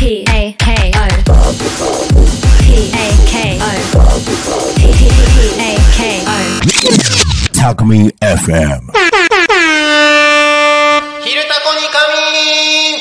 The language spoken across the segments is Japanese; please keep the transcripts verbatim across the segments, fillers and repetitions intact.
P A K O P A K O P A K O タコミン エフエム昼タコに仮眠。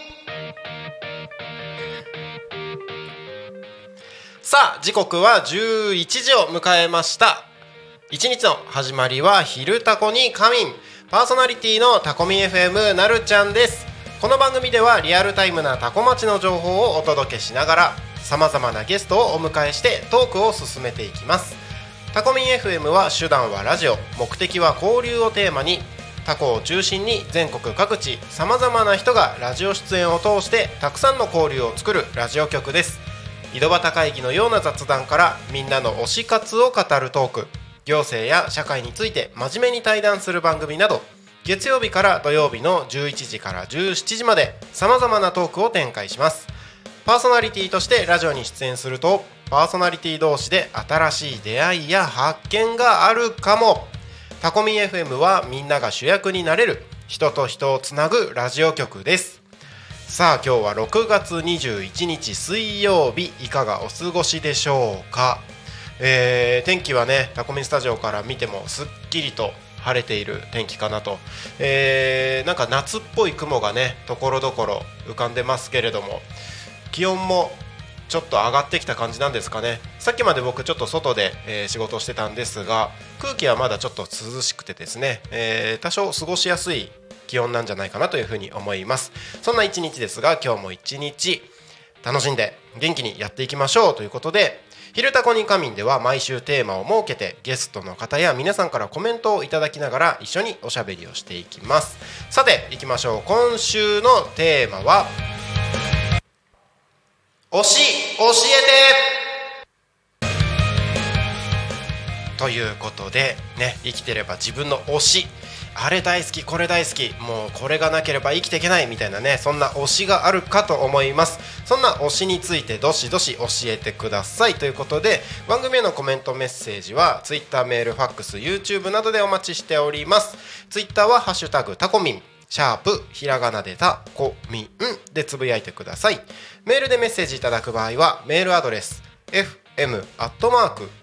さあ時刻はじゅういちじを迎えました。一日の始まりは昼タコに仮眠。パーソナリティのタコミン エフエム なるちゃんです。この番組ではリアルタイムなタコ町の情報をお届けしながらさまざまなゲストをお迎えしてトークを進めていきます。タコミン エフエム は手段はラジオ、目的は交流をテーマにタコを中心に全国各地さまざまな人がラジオ出演を通してたくさんの交流を作るラジオ局です。井戸端会議のような雑談からみんなの推し活を語るトーク、行政や社会について真面目に対談する番組など、月曜日から土曜日のじゅういちじからじゅうしちじまでさまざまなトークを展開します。パーソナリティとしてラジオに出演するとパーソナリティ同士で新しい出会いや発見があるかも。タコミン エフエム はみんなが主役になれる人と人をつなぐラジオ局です。さあ今日はろくがつにじゅういちにち水曜日、いかがお過ごしでしょうか。えー、天気はねタコミンスタジオから見てもすっきりと晴れている天気かなと、えー、なんか夏っぽい雲がねところどころ浮かんでますけれども、気温もちょっと上がってきた感じなんですかね。さっきまで僕ちょっと外で、えー、仕事をしてたんですが、空気はまだちょっと涼しくてですね、えー、多少過ごしやすい気温なんじゃないかなというふうに思います。そんな一日ですが、今日も一日楽しんで元気にやっていきましょうということで、昼タコに仮眠では毎週テーマを設けてゲストの方や皆さんからコメントをいただきながら一緒におしゃべりをしていきます。さていきましょう。今週のテーマは推し教えてということでね、生きてれば自分の推し、あれ大好きこれ大好き、もうこれがなければ生きていけないみたいなね、そんな推しがあるかと思います。そんな推しについてどしどし教えてくださいということで、番組へのコメントメッセージは Twitter、メール、ファックス、YouTube などでお待ちしております。 Twitter はハッシュタグタコミンシャープひらがなでタコミンでつぶやいてください。メールでメッセージいただく場合はメールアドレス エフエム アットマーク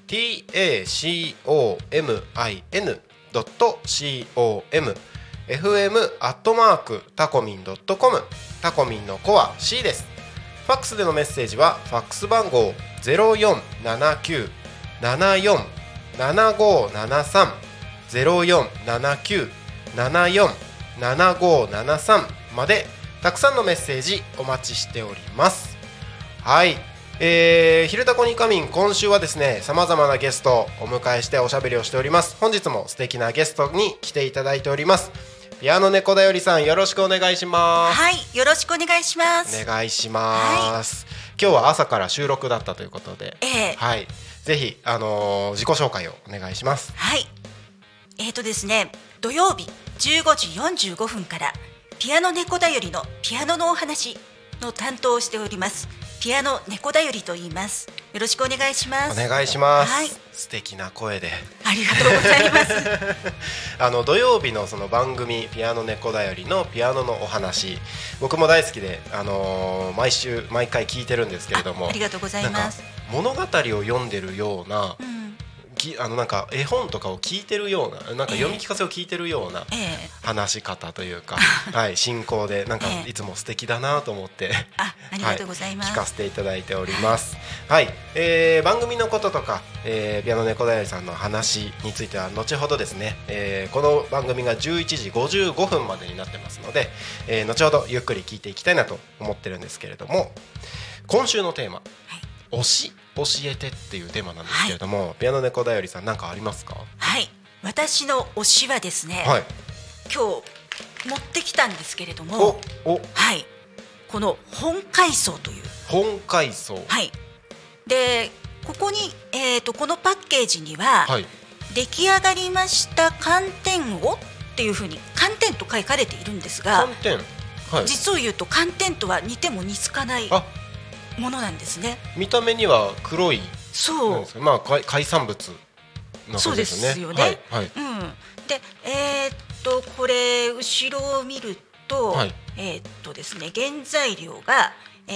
タコミン ドット コム エフエム アットマーク タコミン ドット コム、 タコミンの子は C です。ファックスでのメッセージはファックス番号 ゼロよんななきゅう ななよん ななごななさん ゼロよんななきゅう ななよん ななごななさんまでたくさんのメッセージお待ちしております。はい、えー、昼タコに仮眠、今週はですねさまざまなゲストをお迎えしておしゃべりをしております。本日も素敵なゲストに来ていただいております。ピアノ猫だよりさん、よろしくお願いします。 はい、よろしくお願いします。 お願いします、はい、今日は朝から収録だったということで、 えーはい、ぜひ、あのー、自己紹介をお願いします。 はい、えーとですね土曜日じゅうごじよんじゅうごふんからピアノ猫だよりのピアノのお話の担当をしておりますピアノ猫だよりと言います。よろしくお願いします。 お願いします、 はい、 素敵な声でありがとうございますあの土曜日のその番組ピアノ猫だよりのピアノのお話、僕も大好きで、あのー、毎週毎回聞いてるんですけれども、 あ, ありがとうございます。 物語を読んでるような、 うん、 あのなんか絵本とかを聞いてるような、なんか読み聞かせを聞いてるような話し方というか、えー、はい、進行でなんかいつも素敵だなと思って、えー、 あ, ありがとうございます、 はい、聞かせていただいております。はい、えー、番組のこととか、えー、ピアノ猫だよりさんの話については後ほどですね、えー、この番組がじゅういちじごじゅうごふんまでになってますので、えー、後ほどゆっくり聞いていきたいなと思ってるんですけれども、今週のテーマ、はい、推し教えてっていうテーマなんですけれども、はい、ピアノ猫だよりさん何かありますか？ はい、私の推しはですね、はい、今日持ってきたんですけれども、 おお、 はい、この本階層という本階層、 はい、でここに、えーと、このパッケージには、はい、出来上がりました寒天をっていうふうに寒天と書かれているんですが、 寒天、はい、 実を言うと寒天とは似ても似つかないものなんですね。 見た目には黒い、 そう、 まあ、海産物のことですね。 そうですよね、はいはい、うん、で、えー、っとこれ後ろを見ると、はい、えー、っとですね原材料が、えー、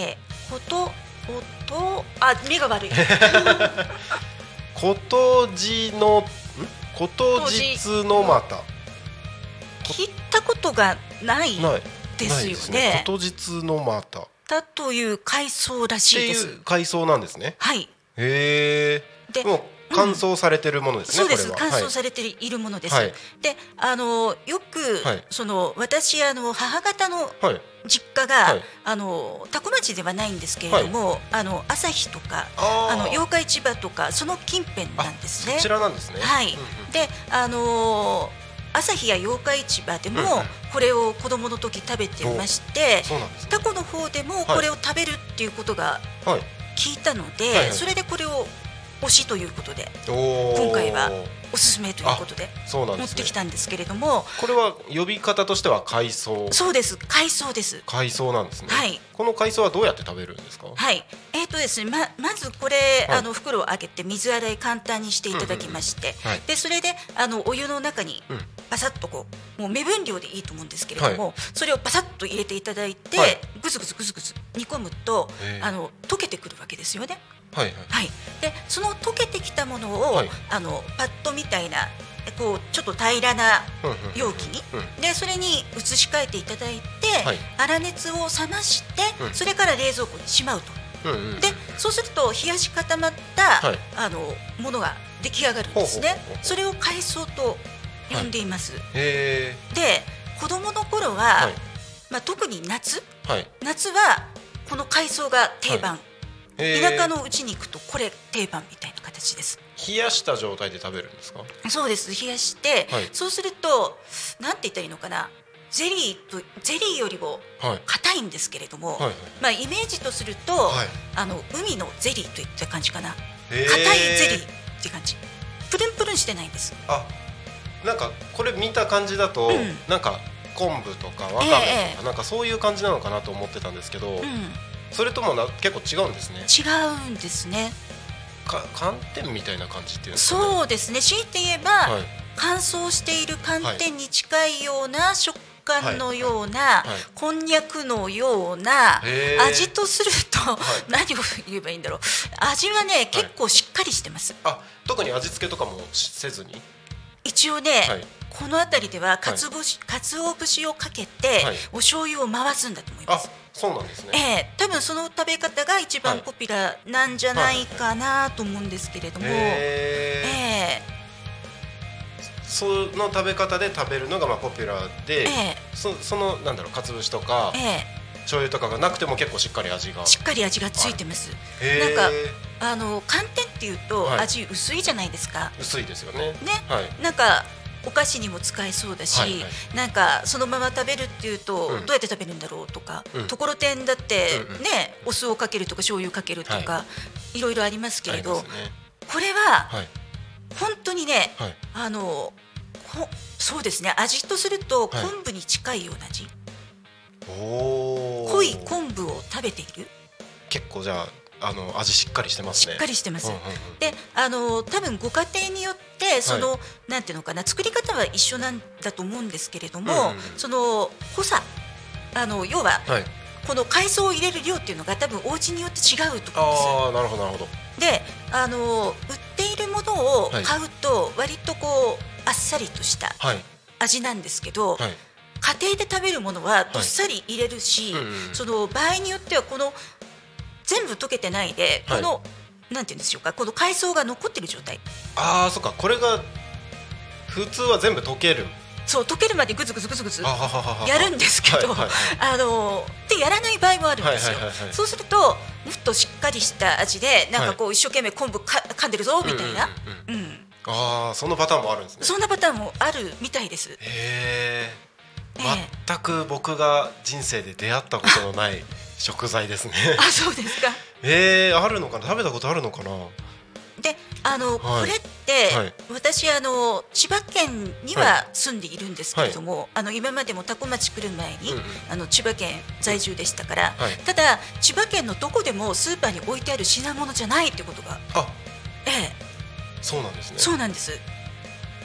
ことことあ目が悪いことじのんことじつのまた聞いたことがないないですよないですね。 ことじつのまたっだという海藻らしていでいす。 う海藻なんですね。 はい。 へえ。 でもう乾燥されてるものですね。 そうです。 これは乾燥されているものです。 はいで、あのよく、 はいその私あの母方のはいはい実家が、 はいあの多古町ではないんですけれども、あの旭とかあーあの八日市場とかその近辺なんですね。 そちらなんですね。 はい。 うんうんで、あの旭や八日市場でも、 うんうんこれを子供の時食べてまして、 そうなんですね。 タコの方でもこれを食べるっていうことがはい。 聞いたので、 はいはいそれでこれを推しということでおー今回はおすすめということで持っそうなんですね。 てきたんですけれども、 これは呼び方としては海藻。 そうです、海藻です。 海藻なんですね。 はいこの海藻はどうやって食べるんですか。 はい、えーとですね、ま, まずこれ、 はいあの袋を開けて水洗い簡単にしていただきまして、 うんはいでそれであのお湯の中にうんパサッとこう、もう目分量でいいと思うんですけれども、 はそれをパサッと入れていただいて、 はいぐずぐずぐずぐず煮込むとへーあの溶けてくるわけですよね。 はいはい。 はい、でその溶けてきたものを、 はいあのパッドみたいなこうちょっと平らなうんうん容器に、 うんでそれに移し替えていただいて、 はい粗熱を冷まして、 うんそれから冷蔵庫にしまうと。 うんうんうんでそうすると冷やし固まった、 はいあのものが出来上がるんですねほうほうほうほう。 それを海藻と呼んでいます。 へで子供の頃は、 はいまあ、特に夏ーはい。 夏はこの海藻が定番、 へー田舎のうちに行くとこれ定番みたいな形です。 冷やした状態で食べるんですか。 そうです、冷やして、 はいそうするとなんて言ったらいいのかな、ゼリーとゼリーよりもはい硬いんですけれども、 はいはい。 まあ、イメージとすると、 はいあの海のゼリーといった感じかな。 へー硬いゼリーって感じ、プルンプルンしてないんです。 あ、なんかこれ見た感じだと、 うんなんか昆布とかわかめとか、 ええなんかそういう感じなのかなと思ってたんですけど、 うん、 それともな結構違うんですね。 違うんですね。 か寒天みたいな感じっていうんですかね。 そうですね、強いて言えば、 はい乾燥している寒天に近いような食感のような、 いはいこんにゃくのようなへー味とすると、 い何を言えばいいんだろう、味はね結構しっかりしてます。 あ、特に味付けとかもしせずに。 一応ね、 はいこの辺りではかつぶし、かつお節をかけて、 はいお醤油を回すんだと思いまあす。、 そうなんですね。 ええ、多分その食べ方が一はい番ポピュラーなんじゃないかなと思うんですけれども、 へえーその食べ方で食べるのがまあポピュラーで、 ええそそのなんだろう、かつぶしとかええ醤油とかがなくても結構しっかり味が。 しっかり味がついてます。 へーなんかあの寒天っていうとはい味薄いじゃないですか。 薄いですよね。 ね、 はい。 なんかお菓子にも使えそうだし、 はいはいなんかそのまま食べるっていうと、 うんどうやって食べるんだろうとか、 うんところてんだってうんうんね、お酢をかけるとか醤油かけるとか、、 はいろいろありますけれど、 ありますね。 これははい本当にね、 はい。 あのほそうですね、味とするとはい昆布に近いような味、 おお。 濃い昆布を食べている、 結構じゃああの味しっかりしてますね。 しっかりしてます。 うんうんうんで、あの多分ご家庭によってその、なんていうのかな、作り方は一緒なんだと思うんですけれども、 うんうんその濃さ、あの要ははい。 この海藻を入れる量っていうのが多分お家によって違うと思ああ、なるほどなるほど。 うんです。で、あの売っているものをはい買うと割とこうあっさりとしたはい味なんですけど、 はい。 家庭で食べるものはどっさり入れるし、 うんうんその場合によってはこの全部溶けてないで、 はいこのなんていうんでしょうか、この海藻が残ってる状態、 ああ、そっか、これが普通は全部溶ける。 そう溶けるまでぐずぐずぐずぐずあははははやるんですけど、 はいはいはいあのでやらない場合もあるんですよ。 はいはいはいはいそうするともっとしっかりした味でなんかこう一生懸命昆布か噛んでるぞみたいな、 うんうんうんうんああ、そのパターンもあるんですね。 そんなパターンもあるみたいです。 へえ。 ええ全く僕が人生で出会ったことのない食材ですね。 あ、そうですか。 えー、あるのかな、食べたことあるのかな。 で、あの、 はいこれって、 はい私あの千葉県にはは住んでいるんですけれども、あの今までも多古町来る前に、 うんうんあの千葉県在住でしたから、 はいただ千葉県のどこでもスーパーに置いてある品物じゃないってことが、 あ、 ええ、 そうなんですね。 そうなんです。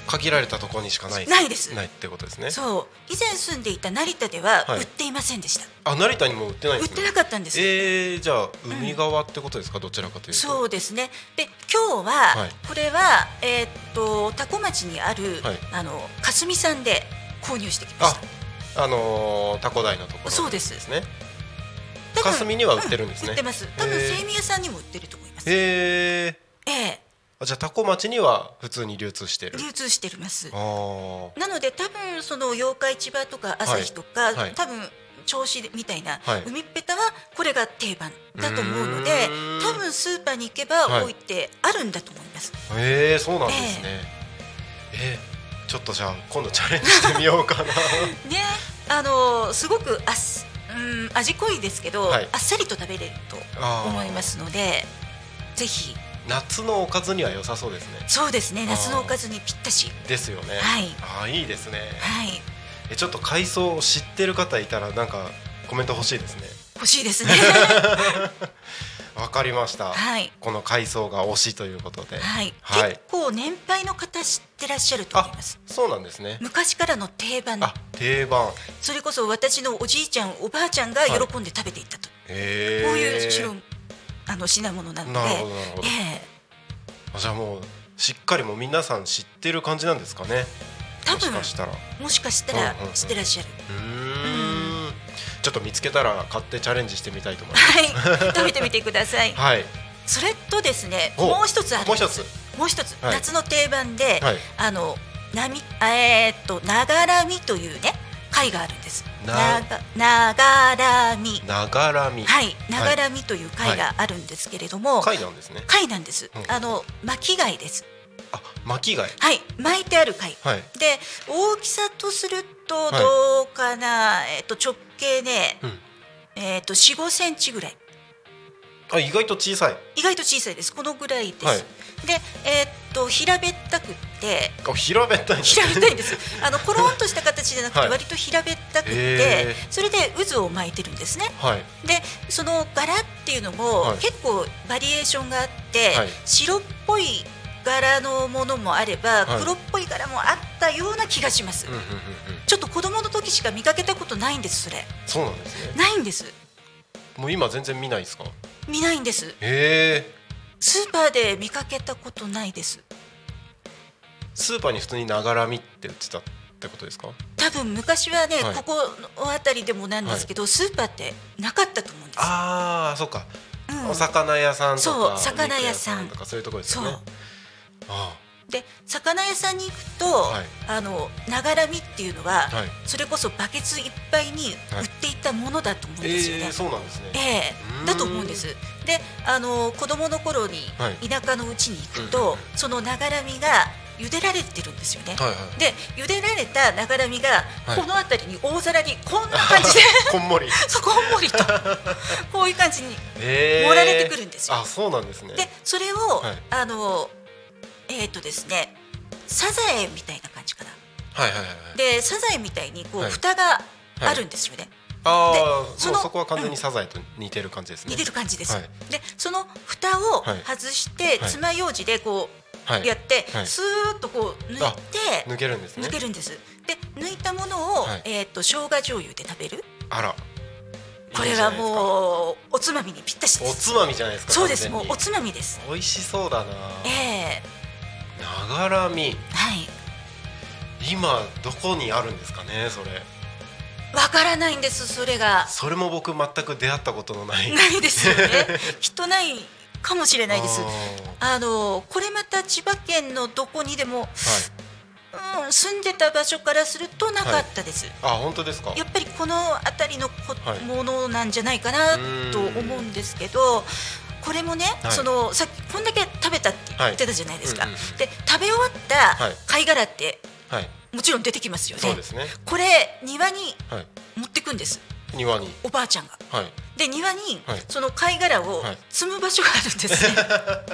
限られたところにしかないないです。 ないってことですね。 そう以前住んでいた成田でははい売っていませんでした。 あ、成田にも売ってないんですね。 売ってなかったんです。 えー、じゃあ海側ってことですか、どちらかというと。 そうですね。で今日は、 はいこれはえーっと多古町にある、 はいあの霞さんで購入してきましあた。 あのー、タコ台のところそうですですね。 多分霞には売ってるんですね。 うん売ってます。多分へー精味屋さんにも売ってると思います。 へー、 ええあ、じゃあタコ町には普通に流通してる。 流通してます。 あー、 なので多分その八日市場とか朝日とか、 いはい多分銚子みたいな、 はい海っぺたはこれが定番だと思うので、 うーん多分スーパーに行けばはい置いてあるんだと思います。 へー、そうなんですね。えー、ちょっとじゃあ今度チャレンジしてみようかな。 ね、あのすごくあっす、うん、味濃いですけど、 はいあっさりと食べれるとあー思いますので、ぜひ夏のおかずには良さそうですね。 そうですね、夏のおかずにぴったし。 ですよね。 はいあー、いいですね。 はい、 え、ちょっと海藻を知ってる方いたらなんかコメント欲しいですね。 欲しいですね。 わかりました。 はいこの海藻が推しということで。 はい、 はい結構年配の方知ってらっしゃると思いあま、す。 そうなんですね。 昔からの定番、 あ、定番。 それこそ私のおじいちゃんおばあちゃんが喜んで食べていたと、 へー。 こういう白あの品物なので、 なるほどなるほど。 ええあ、じゃあもうしっかりもう皆さん知ってる感じなんですかね。もし多分かしたら。 もしかしたらうんうんうん知ってらっしゃる。 うーん。ちょっと見つけたら買ってチャレンジしてみたいと思います。 はい、食べてみてください。 はい。 それとですね、 おもう一つあるんです。 もう一つ。 もう一つ、 はい夏の定番で、 はい。 あの波えーっとながらみというね貝があるんです。 なながながらみ、 ながらみ。 はい、ながらみという貝があるんですけれども、 貝なんですね。 貝なんです。 うんあの巻き貝です。 あ、巻き貝。 はい、巻いてある貝。 はい。 で大きさとするとはいどうかな、えーっと直径ね、 うん。 えーっとよん、ごセンチぐらい。 あ、意外と小さい。 意外と小さいです。このぐらいです。 はいで、えーっと平べったくってあ、平べったいんですね。 平べったいんです。あのコロンとした形じゃなくて、 はい割と平べったくって、 へそれで渦を巻いてるんですね。 はい。 で、その柄っていうのも、 はい結構バリエーションがあって、 はい白っぽい柄のものもあれば、 はい黒っぽい柄もあったような気がします。 うんうんうんうん。 ちょっと子供の時しか見かけたことないんです。それそうなんですね。 ないんです。 もう今全然見ないですか。 見ないんです。 へえ。 スーパーで見かけたことないです。 スーパーに普通にながらみって売ってたってことですか。 多分昔はね、 はいここの辺りでもなんですけど、スーパーってなかったと思うんです。 ああ、そうか。 うんお魚屋さんとか。 そう魚屋さんお肉とかそういうところですよね。あで魚屋さんに行くと、 はいあのながらみっていうのは、 あ、はい。 それこそバケツいっぱいに売っていたものだと思うんですよね。 ええ、そうなんですね。 ええうーんだと思うんです。で、あの子供の頃にはい田舎のうちに行くうんと、そのながらみが茹でられてるんですよね。 はいはい。 で、茹でられたながらみが、 はいこの辺りに大皿にこんな感じでこんもり。 そこんもりとこういう感じにええ。 盛られてくるんですよ。 あ、そうなんですね。 で、それを、 はいあのえっ、とですね、サザエみたいな感じかな。 はいはいはいはい。 で、サザエみたいにこう、 はい蓋があるんですよね。 ああ、 そのもうそこは完全にサザエと似てる感じですね。 似てる感じです。 はいで、その蓋をはい外して、 はい爪楊枝でこう、 はい。 やって、 はいスーッとこう抜いあて抜けるんですね。 抜けるんです。で、抜いたものを、 はいえっ、と生姜醤油で食べる。 あら。 これはもうおつまみにぴったしです。 おつまみじゃないですか。 そうです。 完全にもうおつまみです。 美味しそうだな。 ええながらみ。 はい。 今どこにあるんですかね、それ。 わからないんです。それがそれも僕全く出会ったことのない。 ないですよね。きっとないかもしれないです。 あーあのこれまた千葉県のどこにでも、 はい。 うん、住んでた場所からするとなかったです。 あ、本当ですか。 やっぱりこの辺りのこ、 はいものなんじゃないかなと思うんですけど、これもね、 はいそのさっきこんだけ食べたって言ってたじゃないですか。 はいうんうんうんで、食べ終わったはい貝殻ってはい。 もちろん出てきますよね。 そうですね。 これ庭にはい。 持ってくんです。 庭に。 おばあちゃんが。 はい。 で、庭にはいその貝殻をはい積む場所があるんですね。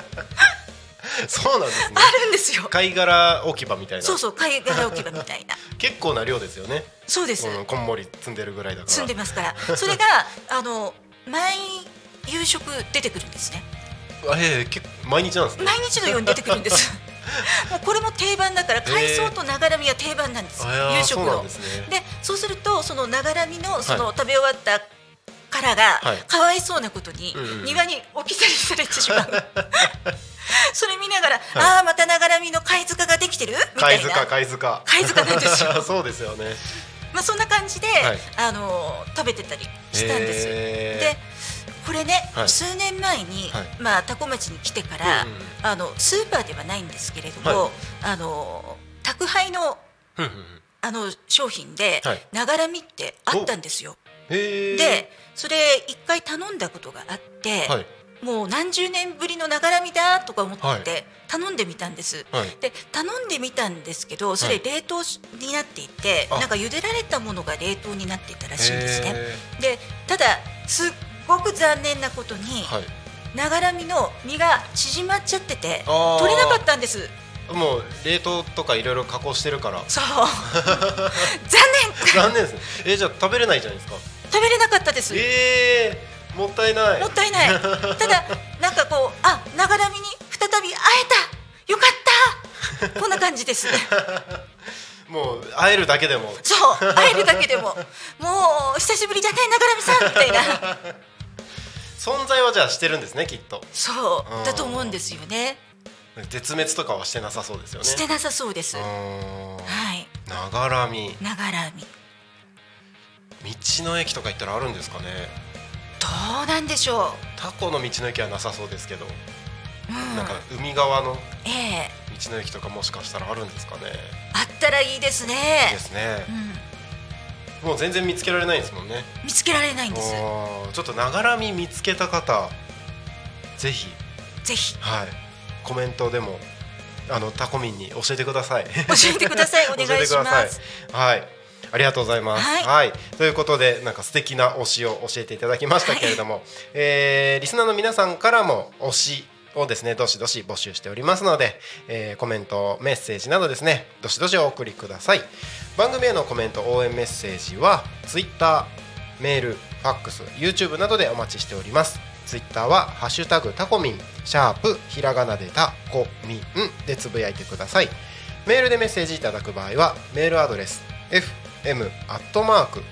そうなんですね。 あるんですよ。 貝殻置き場みたいな。 そうそう、貝殻置き場みたいな。 結構な量ですよね。 そうです。 このこんもり積んでるぐらいだから。 積んでますから。それがあの毎夕食出てくるんですね。 あ、ええ、結構毎日なんですね。 毎日のように出てくるんです。 もうこれも定番だから海藻とながらみは定番なんですよ、 あ夕食の。 そうなんですね。 でそうするとそのながらみのその食べ終わった殻がはいかわいそうなことにうんうん庭に置き去りされてしまうそれ見ながら、ああまたながらみの貝塚ができてるみたいな貝塚貝塚貝塚なんですよそうですよね。 まあそんな感じで、 はいあの食べてたりしたんです。 へーでこれね、 はい数年前に、 はいまあ、多古町に来てから、 うんうんあのスーパーではないんですけれども、 はいあの宅配のふんふんふんあの商品ではいながらみってあったんですよ。 へーでそれ一回頼んだことがあって、 はいもう何十年ぶりのながらみだとか思はいって頼んでみたんです。 はいで頼んでみたんですけどそれ冷凍しになっていて、 あなんか茹でられたものが冷凍になっていたらしいんですね。 へでただすっごく残念なことに、 ーはいながらみの身が縮まっちゃっててあー取れなかったんです。 もう冷凍とかいろいろ加工してるからそう残念残念ですね。えじゃあ食べれないじゃないですか。 食べれなかったです。 えー、もったいない。 もったいない。ただなんかこうあながらみに再び会えたよかったこんな感じです。 もう会えるだけでもそう会えるだけでももう久しぶりじゃねながらみさんみたいな存在はじゃあしてるんですねきっと。 そううんだと思うんですよね。 絶滅とかはしてなさそうですよね。 してなさそうです。 うはーんいながらみながらみ道の駅とか行ったらあるんですかね。 どうなんでしょタコの道の駅はなさそうですけど、 う、うん、 なんか海側のええ道の駅とかもしかしたらあるんですかね。 あったらいいですいいねですねう。ん、 もう全然見つけられないんですもんね。 見つけられないんです。 おーちょっとながらみ見つけた方ぜひぜひはいコメントでもあのタコミンに教えてください。教教えてくださいお願いします。 はいありがとうございます、 はいはい、ということでなんか素敵な推しを教えていただきましたけれども、えーリスナーの皆さんからも推しをですねどしどし募集しておりますので、えーコメントメッセージなどですねどしどしお送りください。番組へのコメント応援メッセージは Twitter、メール、ファックス、YouTube などでお待ちしております。ツイッターはハッシュタグタコミンシャープひらがなでタコミンでつぶやいてください。メールでメッセージいただく場合はメールアドレス エフエム アットマーク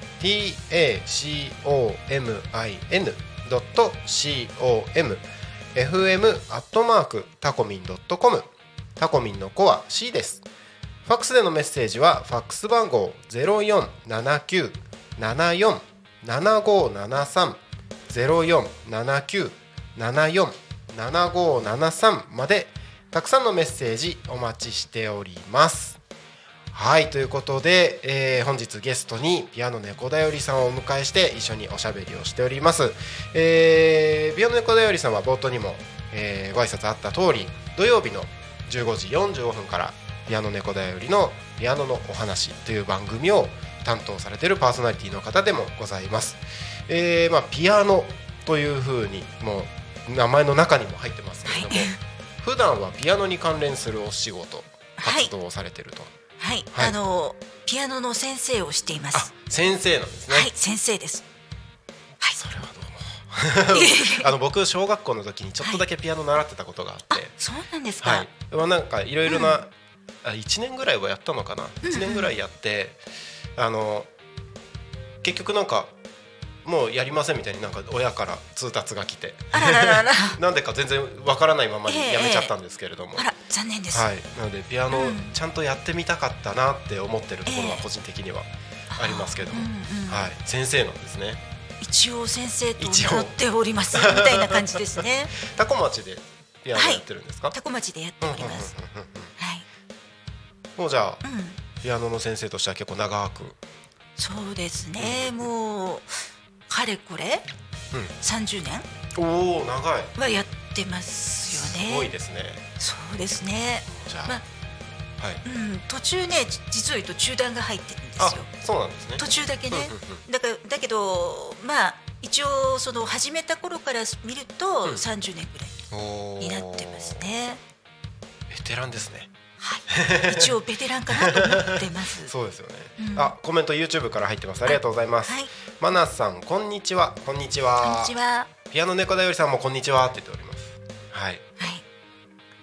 タコミン ドット コム エフエム アットマーク タコミン ドット コム タコミンの子は C です。ファックスでのメッセージはファックス番号 ゼロよんななきゅう ななよん ななごななさん ゼロよんななきゅう ななよん ななごななさんまでたくさんのメッセージお待ちしております。はいということで、えー本日ゲストにピアノ猫だよりさんをお迎えして一緒におしゃべりをしております。えーピアノ猫だよりさんは冒頭にも、えーご挨拶あった通り土曜日のじゅうごじよんじゅうごふんからピアノ猫だよりのピアノのお話という番組を担当されているパーソナリティの方でもございます。えーまあ、ピアノというふうにもう名前の中にも入ってますけれども、 はい普段はピアノに関連するお仕事はい活動をされていると、 はい、 はいあのピアノの先生をしていまあす。 先生なんですね、 はい先生です。はいそれはどうもあの僕小学校の時にちょっとだけピアノ習ってたことがあって、 あそうなんですか。 はい、まあなんかいろいろな、あいちねんぐらいはやったのかな、 うんいちねんぐらいやってあの結局なんかもうやりませんみたいになんか親から通達が来てあららららなんでか全然わからないままにええやめちゃったんですけれども、 あら残念です。 はい、なのでピアノうんちゃんとやってみたかったなって思ってるところはええ個人的にはありますけども、 うんうんはい、先生なんですね。 一応先生と一応名乗っておりますみたいな感じですね。 多古町でピアノやってるんですか？ 多古町でやっております。 うんうんうんうんはい。 もうじゃあうん。 ピアノの先生としては結構長く、 そうですね。もうかれこれうんさんじゅうねおお長い、 んはやってますよね。 すごいですね。 そうですね。 じゃあ、 まあはい、 うん途中ねじ実を言うと中断が入ってるんですあよ。 そうなんですね。 途中だけね。 うんうんうんだからだけどまあ一応その始めた頃から見るとうんさんじゅうねんぐらいおーになってますね。 ベテランですね。 はい。一応ベテランかなと思ってます。 そうですよね、 うんあコメント YouTube から入ってます。ありがとうございます。 はい。 マナさんこんにちは。こんにちは。 こんにちは。 ピアノ猫だよりさんもこんにちはって言っております。はい。 はい。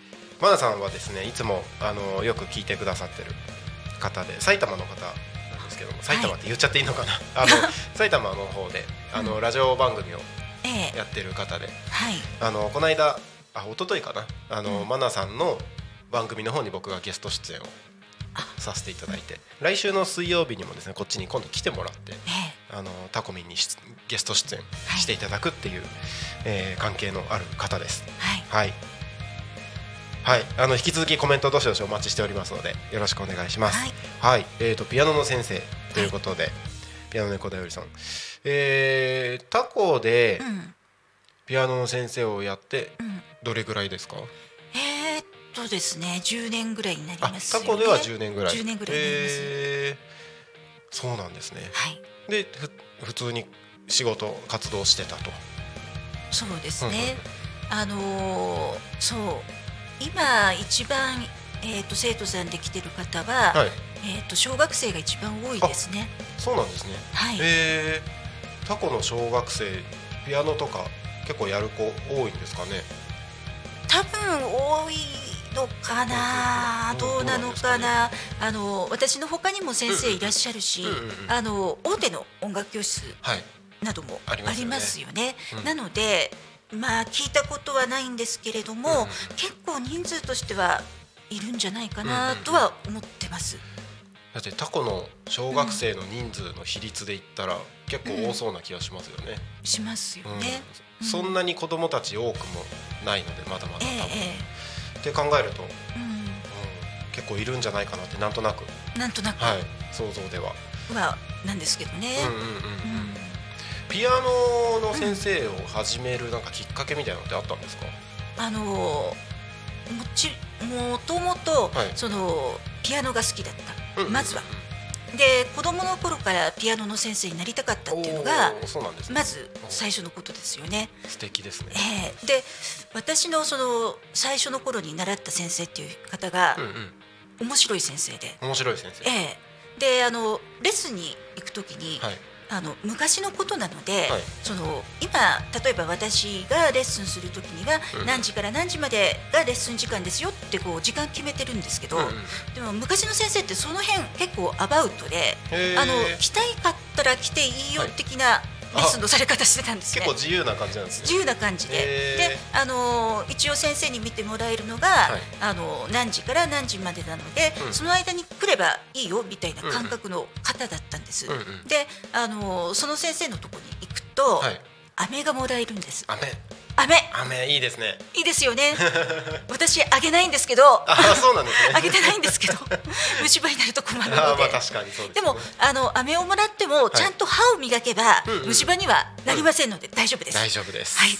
マナさんはですねいつもあのよく聞いてくださってる方で埼玉の方なんですけども、埼玉って言っちゃっていいのかな、あの埼玉の方であの、うん、ラジオ番組をやってる方で、 はい、 あのこの間あ一昨日かなあの、うん、マナさんの番組の方に僕がゲスト出演をさせていただいて、来週の水曜日にもですねこっちに今度来てもらって、あのタコミンにゲスト出演していただくっていう、はい、えー、関係のある方です。はい、はいはい、あの引き続きコメントどしどしお待ちしておりますのでよろしくお願いします。はい、はい、えーとピアノの先生ということで、はい、ピアノ猫だよりさん、えー、タコでピアノの先生をやってどれぐらいですか？うん、 えーっとですねじゅうねんぐらいになりますよね。 タコではじゅうねんぐらい。 じゅうねんぐらいになります。 えー、そうなんですね。 はい、 でふ普通に仕事活動してたと。 そうですね、うんうん、あのー、そう今一番、えー、と生徒さんで来てる方は、はい、えー、と小学生が一番多いですね。 そうなんですね。はい、えー、タコの小学生ピアノとか結構やる子多いんですかね？ 多分多いのかな、どうなのかな、あの私の他にも先生いらっしゃるし、あの大手の音楽教室などもありますよね。なのでまあ聞いたことはないんですけれども、うんうん、結構人数としてはいるんじゃないかなとは思ってます。 だってタコの小学生の人数の比率で言ったら結構多そうな気がしますよね。 うん、しますよね。 うん、そんなに子どもたち多くもないのでまだまだ多分、えーえー、って考えると、うんうん、結構いるんじゃないかなってなんとなくなんとなく、 はい、想像でははなんですけどね。うんうんうんうん、 ピアノの先生を始めるなんかきっかけみたいなのってあったんですか？ あのもちもともとそのピアノが好きだった、うん、まずはで子供の頃からピアノの先生になりたかったっていうのがまず最初のことですよね。 素敵ですね。 えー、で私のその最初の頃に習った先生っていう方が面白い先生で、 面白い先生、 えー、であのレッスンに行くときに、はい、あの昔のことなので、はい、その今例えば私がレッスンするときには、うん、何時から何時までがレッスン時間ですよってこう時間決めてるんですけど、うん、でも昔の先生ってその辺結構アバウトで、あの来たいかったら来ていいよ的な、はい、レッスンのされ方してたんですね。 結構自由な感じなんですね。 自由な感じで、で、あのー、一応先生に見てもらえるのが、はい、あのー、何時から何時までなので、うん、その間に来ればいいよみたいな感覚の方だったんです。うんうん、で、あのー、その先生のところに行くと、はい、飴がもらえるんです。 飴飴飴いいですね。 いいですよね。私あげないんですけど、 あ、そうなんですね。 あげてないんですけど虫歯になると困るので。 あ、まあ確かにそうですね。 でもあの飴をもらってもちゃんと歯を磨けば、はい、虫歯にはなりませんので大丈夫です。 大丈夫です。 はい。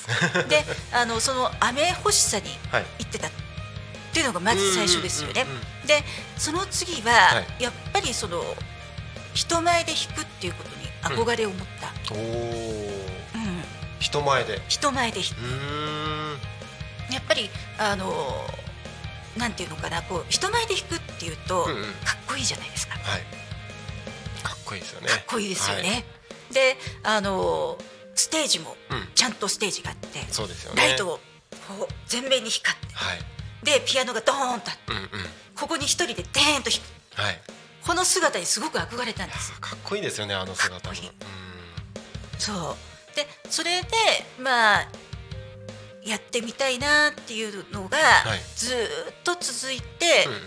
で、あのその飴欲しさに行ってたっていうのがまず最初ですよね。で、その次は、はい、やっぱりその人前で弾くっていうことに憧れを持った。うん、おー。 人前で人前で弾く。やっぱりあのなんていうのかな、こう人前で弾くっていうと、うんうん、かっこいいじゃないですか。 はい、かっこいいですよね。 かっこいいですよね。はい、で、あのステージもちゃんとステージがあって、うん、そうですよね、ライトをこう全面に光って、はい、でピアノがドーンとあって、うんうん、ここに一人でデーンと弾く、はい、この姿にすごく憧れたんです。 かっこいいですよね、あの姿も。うん、 そうで、それでまあやってみたいなっていうのがずっと続いて、はい、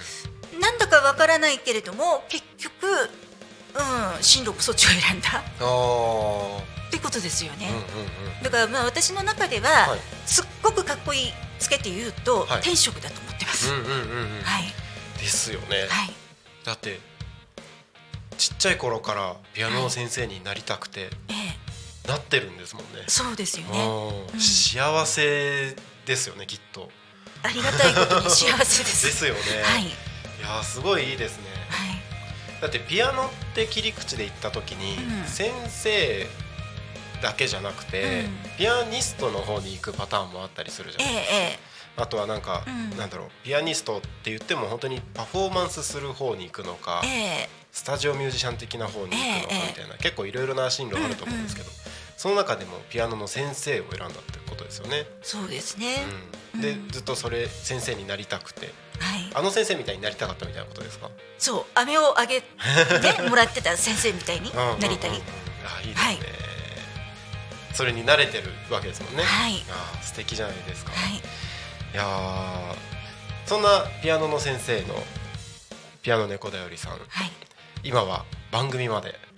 うん、なんだかわからないけれども結局、うん、進路そっちを選んだってことですよね。うんうんうん、だからまあ私の中では、はい、すっごくかっこいいつけて言うと、はい、天職だと思ってます。 ですよね。はい、だってちっちゃい頃からピアノの先生になりたくて、はい、ええ、なってるんですもんね。 そうですよね。 うん、幸せですよね、きっと。 ありがたいことに幸せです。 ですよね。はい、いやすごいいいですね。はい、だってピアノって切り口で言った時に、うん、先生だけじゃなくて、うん、ピアニストの方に行くパターンもあったりするじゃないですか。ええ、あとはなんか、うん、なんだろう、ピアニストって言っても本当にパフォーマンスする方に行くのか、ええ、スタジオミュージシャン的な方に行くのかみたいな、ええ、結構いろいろな進路あると思うんですけど、うんうん、 その中でもピアノの先生を選んだってことですよね。 そうですね、 うん、で、 うん、 ずっとそれ先生になりたくて、 はい、 あの先生みたいになりたかったみたいなことですか？ そう、飴をあげてもらってた先生みたいになりたい。 うんうんうんうん、あ、いいですね、はい、それに慣れてるわけですもんね。 はい、 あ、素敵じゃないですか。 はい、 いやそんなピアノの先生のピアノ猫だよりさん、はい、今は番組まで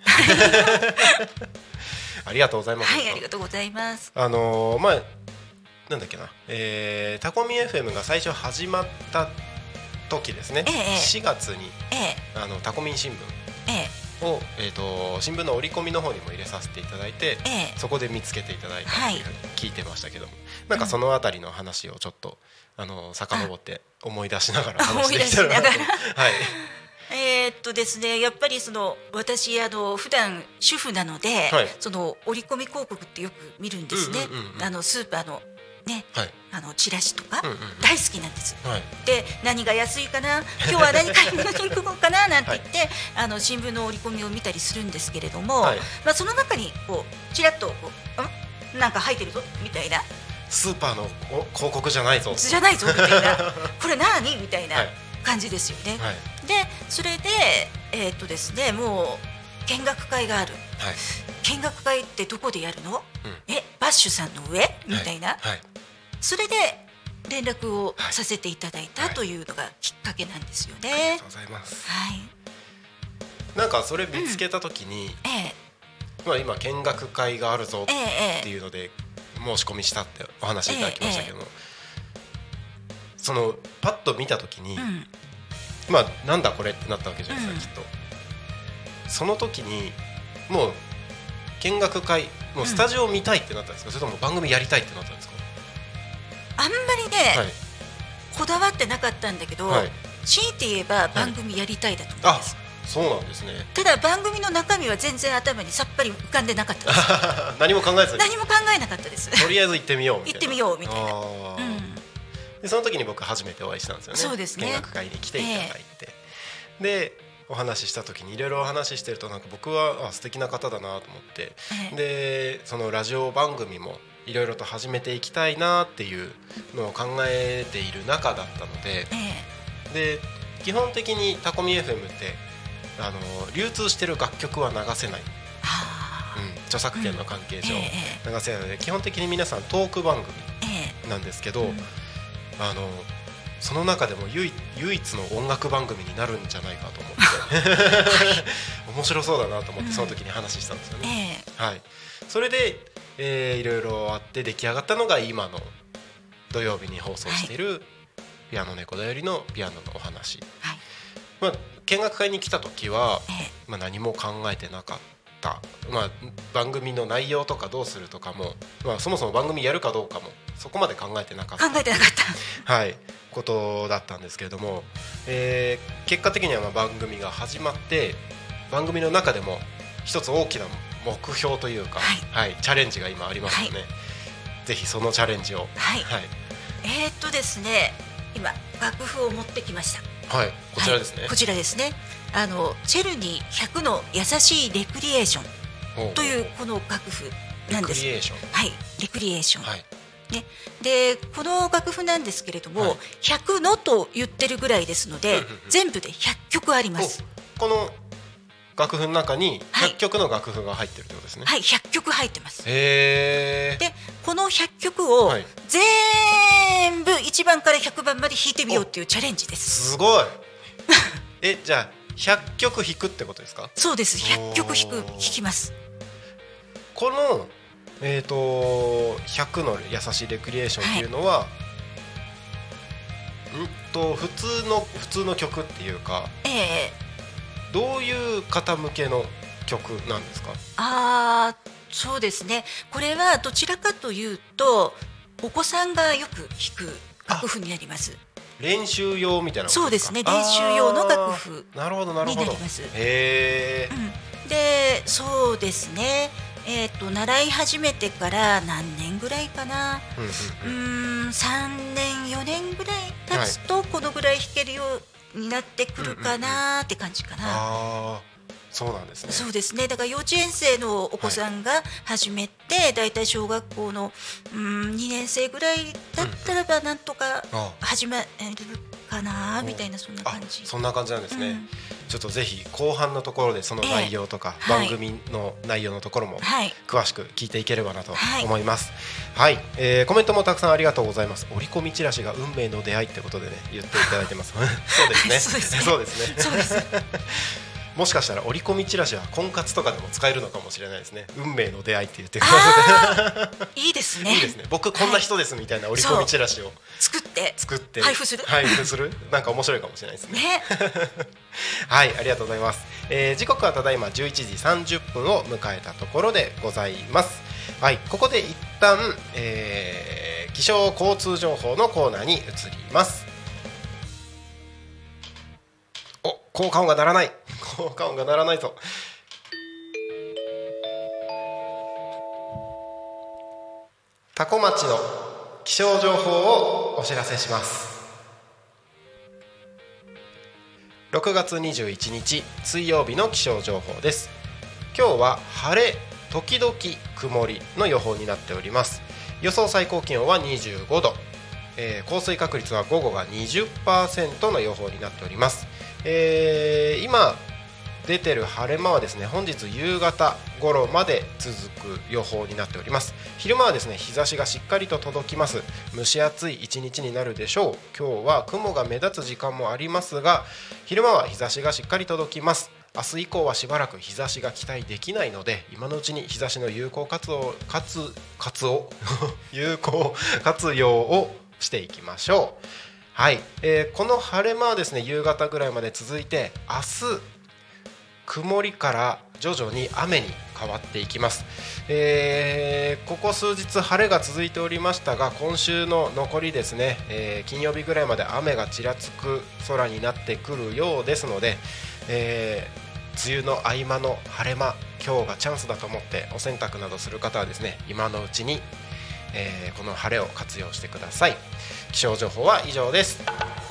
ありがとうございます。 はい、ありがとうございます。 あのー、まあなんだっけな、えー、タコミ エフエム が最初始まった時ですね、ええ、しがつに、ええ、あのタコミン新聞、ええを、えー、と新聞の折り込みの方にも入れさせていただいて、ええ、そこで見つけていただいたというふうに聞いてましたけども、はい、なんかそのあたりの話をちょっと、あの遡って思い出しながら話していたらなと。はい、 えーっとですね、やっぱりその私あの普段主婦なので、はい、その折り込み広告ってよく見るんですね、うんうんうんうん、あのスーパーのね、はい、あのチラシとか、うんうん、大好きなんです、はい、で何が安いかな、今日は何買い物に行こうかななんて言って、はい、あの新聞の折り込みを見たりするんですけれども、はい、まあ、その中にこうチラッとこう、んなんか入ってるぞみたいな、 スーパーの広告じゃないぞじゃないぞみたいなこれ何みたいな感じですよね、はい、でそれで、えーっとですね、もう見学会がある、はい、見学会ってどこでやるの、うん、えバッシュさんの上みたいな、はいはい、それで連絡をさせていただいた、はい、というのがきっかけなんですよね。 ありがとうございます、はい、なんかそれ見つけた時に、うん、ええ、まあ、今見学会があるぞっていうので申し込みしたってお話いただきましたけど、ええええ、そのパッと見た時に、うん、まあなんだこれってなったわけじゃないですか、うん、きっとその時にもう見学会、もうスタジオを見たいってなったんですか、うん、それとも番組やりたいってなったんですか？ あんまりね、はい、こだわってなかったんだけど、はい、強いて言えば番組やりたいだと思うんです、はい、 あ、そうなんですね。 ただ番組の中身は全然頭にさっぱり浮かんでなかったです何も考えずに何も考えなかったです。 とりあえず行ってみようみたいな、 行ってみようみたいな、うん、 でその時に僕初めてお会いしたんですよね。 そうですね、 見学会に来ていただいて、えー、でお話しした時にいろいろお話ししてると、なんか僕はあ素敵な方だなと思って、えー、でそのラジオ番組もいろいろと始めていきたいなっていうのを考えている中だったので、えー、で基本的にタコミ エフエム ってあの流通してる楽曲は流せない、うん、著作権の関係上、うん、流せないので、基本的に皆さんトーク番組なんですけど、えーうん、あのその中でも唯、唯一の音楽番組になるんじゃないかと思って面白そうだなと思ってその時に話したんですよね、うん、はい、それで、えー、いろいろあって出来上がったのが今の土曜日に放送しているピアノ猫だよりのピアノのお話、はい、まあ、見学会に来た時は、まあ、何も考えてなかった、まあ、番組の内容とかどうするとかも、まあ、そもそも番組やるかどうかもそこまで考えてなかった考えてなかったはい、ことだったんですけれども、えー、結果的にはまあ番組が始まって、番組の中でも一つ大きな目標というか、はいはい、チャレンジが今ありますよね、はい、ぜひそのチャレンジを、 はいはい、えー、っとですね、今楽譜を持ってきました。 はい、こちらですね、はい、 こちらですね、あのチェルニーひゃくの優しいレクリエーションというこの楽譜なんです。 レクリエーション、 はい、レクリエーション、はいね、でこの楽譜なんですけれども、はい、ひゃくのと言ってるぐらいですので、うんうんうん、全部でひゃっきょくあります。 この楽譜の中にひゃっきょくの楽譜が入ってるってことですね。 はい、ひゃっきょく入ってます。 へー。 でこのひゃっきょくを全部いちばんからひゃくばんまで弾いてみようっていうチャレンジです。 すごいえ、じゃあひゃっきょく弾くってことですか？ そうです、ひゃっきょく弾く弾きます。 このえーとひゃくの優しいレクリエーションっていうのは、はい、んと普通の普通の曲っていうか、えー、どういう方向けの曲なんですか？ あー、そうですね、これはどちらかというとお子さんがよく弾く楽譜になります。 練習用みたいなことですか？ そうですね、練習用の楽譜になります。 へー、 うん、でそうですね、えー、と習い始めてから何年ぐらいかな、うんうんうん、さんねんよねんぐらい経つとこのぐらい弾けるようになってくるかなって感じかな、 はい、あそうなんですね。 そうですね。だから幼稚園生のお子さんが始めて、だいたい小学校のうーんにねん生ぐらいだったらばなんとかあ始めるかなみたいな、そんなあ感じ。 そんな感じなんですね、 うんちょっとぜひ後半のところでその内容とか、 ええはい番組の内容のところもはい詳しく聞いていければなとはい思います。はい、えーコメントもたくさんありがとうございます。折り込みチラシが運命の出会いってことでね言っていただいてますそうですねそうですねそうですねそうですもしかしたら折り込みチラシは婚活とかでも使えるのかもしれないですね。運命の出会いって言ってくださあーいいですね。 いいですね。僕こんな人ですみたいな折り込みチラシを作って作って配布する配布するなんか面白いかもしれないですね。 ね。 はい、ありがとうございます。えー時刻はただいまじゅういちじさんじゅっぷんを迎えたところでございます。はい、ここで一旦、えー気象交通情報のコーナーに移ります。お、効果音が鳴らない効果音が鳴らないぞ。多古町の気象情報をお知らせします。ろくがつにじゅういちにち水曜日の気象情報です。今日は晴れ時々曇りの予報になっております。予想最高気温はにじゅうごど、えー降水確率は午後が にじゅっパーセント の予報になっております。えー今出てる晴れ間はですね、本日夕方頃まで続く予報になっております。昼間はですね、日差しがしっかりと届きます。蒸し暑い一日になるでしょう。今日は雲が目立つ時間もありますが、昼間は日差しがしっかり届きます。明日以降はしばらく日差しが期待できないので、今のうちに日差しの有効活用活活用有効活用をしていきましょう。はい、えーこの晴れ間はですね、夕方ぐらいまで続いて、明日曇りから徐々に雨に変わっていきます。えーここ数日晴れが続いておりましたが、今週の残りですね、えー金曜日ぐらいまで雨がちらつく空になってくるようですので、えー梅雨の合間の晴れ間、今日がチャンスだと思ってお洗濯などする方はですね、今のうちに、えーこの晴れを活用してください。気象情報は以上です。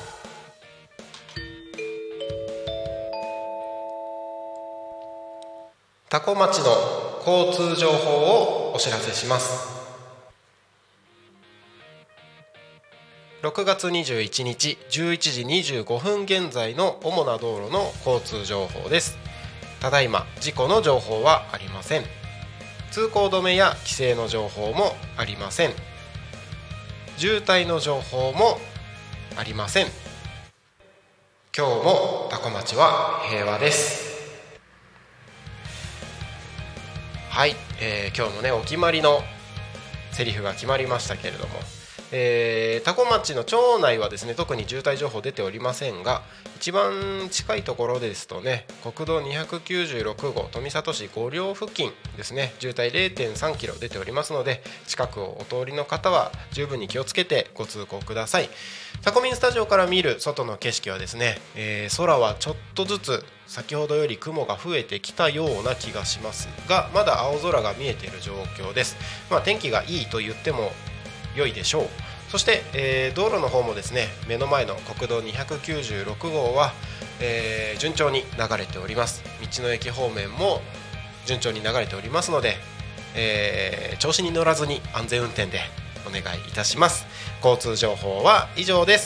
多古町の交通情報をお知らせします。ろくがつにじゅういちにちじゅういちじにじゅうごふん現在の主な道路の交通情報です。ただいま事故の情報はありません。通行止めや規制の情報もありません。渋滞の情報もありません。今日も多古町は平和です。はい、えー今日もねお決まりのセリフが決まりましたけれども、えー、多古町の町内はですね、特に渋滞情報出ておりませんが、一番近いところですとね、国道にひゃくきゅうじゅうろくごう富里市五稜付近ですね、渋滞 れいてんさんキロ出ておりますので、近くをお通りの方は十分に気をつけてご通行ください。タコミンスタジオから見る外の景色はですね、えー空はちょっとずつ先ほどより雲が増えてきたような気がしますが、まだ青空が見えている状況です。まあ、天気がいいと言っても良いでしょう。そして、えー道路の方もですね、目の前の国道にひゃくきゅうじゅうろくごうは、えー順調に流れております。道の駅方面も順調に流れておりますので、えー調子に乗らずに安全運転でお願いいたします。交通情報は以上です。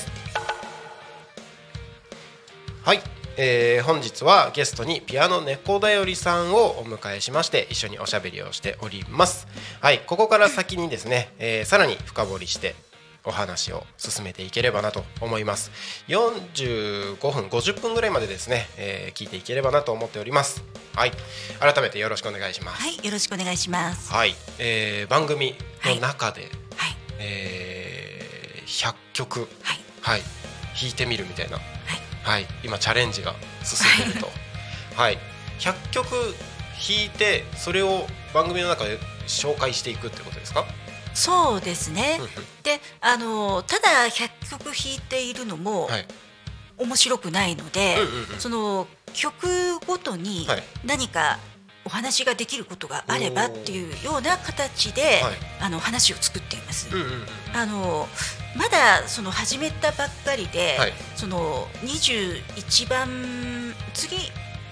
はい、えー本日はゲストにピアノ猫だよりさんをお迎えしまして、一緒におしゃべりをしております。はい、ここから先にですね、えーさらに深掘りしてお話を進めていければなと思います。よんじゅうごふんごじゅっぷんぐらいまでですね、えー聞いていければなと思っております。はい、改めてよろしくお願いします。 はい、よろしくお願いします。 はい、えー番組の中で、 はいえーひゃっきょく、 はいはい、弾いてみるみたいな、 はいはい、今チャレンジが進んでいると、はい、ひゃっきょく弾いてそれを番組の中で紹介していくってことですか？ そうですねうんうん。 で、あのただひゃっきょく弾いているのもはい、 面白くないので、 うんうんうんその曲ごとにはい何かお話ができることがあればっていうような形で、 はいあの話を作っています。 うんうんうん、 あのまだその始めたばっかりで、 はいそのにじゅういちばん次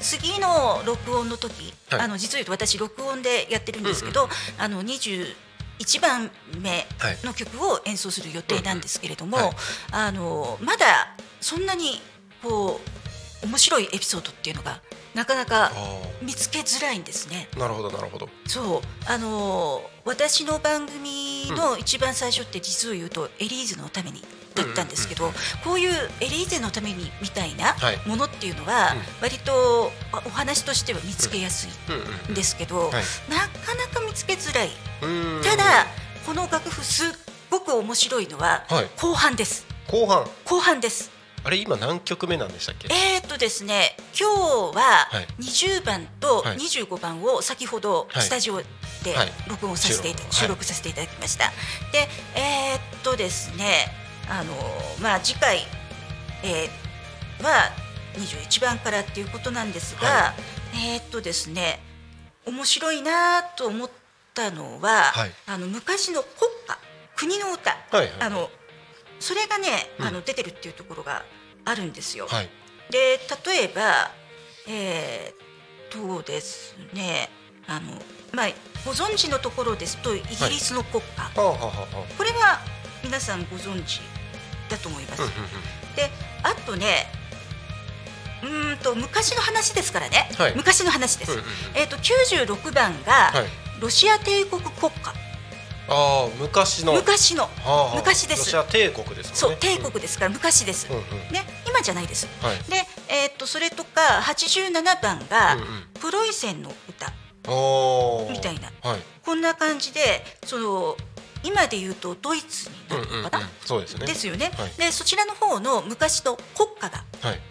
次の録音の時、 はい、 あの実を言うと私録音でやってるんですけど、うんうん、あのにじゅういちばんめの曲を演奏する予定なんですけれども、はい、あのまだそんなにこう面白いエピソードっていうのがなかなか見つけづらいんですね。 なるほどなるほど。 そうあの私の番組の一番最初って実を言うとエリーゼのためにだったんですけど、うんうんうん、こういうエリーゼのためにみたいなものっていうのは割とお話としては見つけやすいんですけど、なかなか見つけづらい。ただこの楽譜すっごく面白いのは後半です。 後半後半です。 あれ今何曲目なんでしたっけ？ えーっとですね、今日はにじゅうばんとにじゅうごばんを先ほどスタジオで録音させていた、はい、収録させていただきました。で、えーっとですね、あのまあ次回、えー、はにじゅういちばんからっていうことなんですが、はい、えーっとですね、面白いなと思ったのは、はい、あの昔の国歌、国の歌、はいはい、あのそれがね、うん、あの出てるっていうところがあるんですよ。はい、で例えば、えー、とですね、あの、まあ、ご存知のところですとイギリスの国歌、はい、これは皆さんご存知だと思います。うんうんうん、であとね、うーんと昔の話ですからね、はい、昔の話です。うんうんうん、えー、ときゅうじゅうろくばんが、はい、ロシア帝国国歌。 あ昔の昔の、はあはあ、昔です。 ロシア帝国ですもんね。 そう帝国ですから、うん、昔です、うんうん、ね、今じゃないです。はい、で、えー、っとそれとかはちじゅうななばんが、うんうん、プロイセンの歌みたいな、はい、こんな感じでその今で言うとドイツになるのかな、うんうんうん、そうですね。ですよね。はい、でそちらの方の昔の国歌が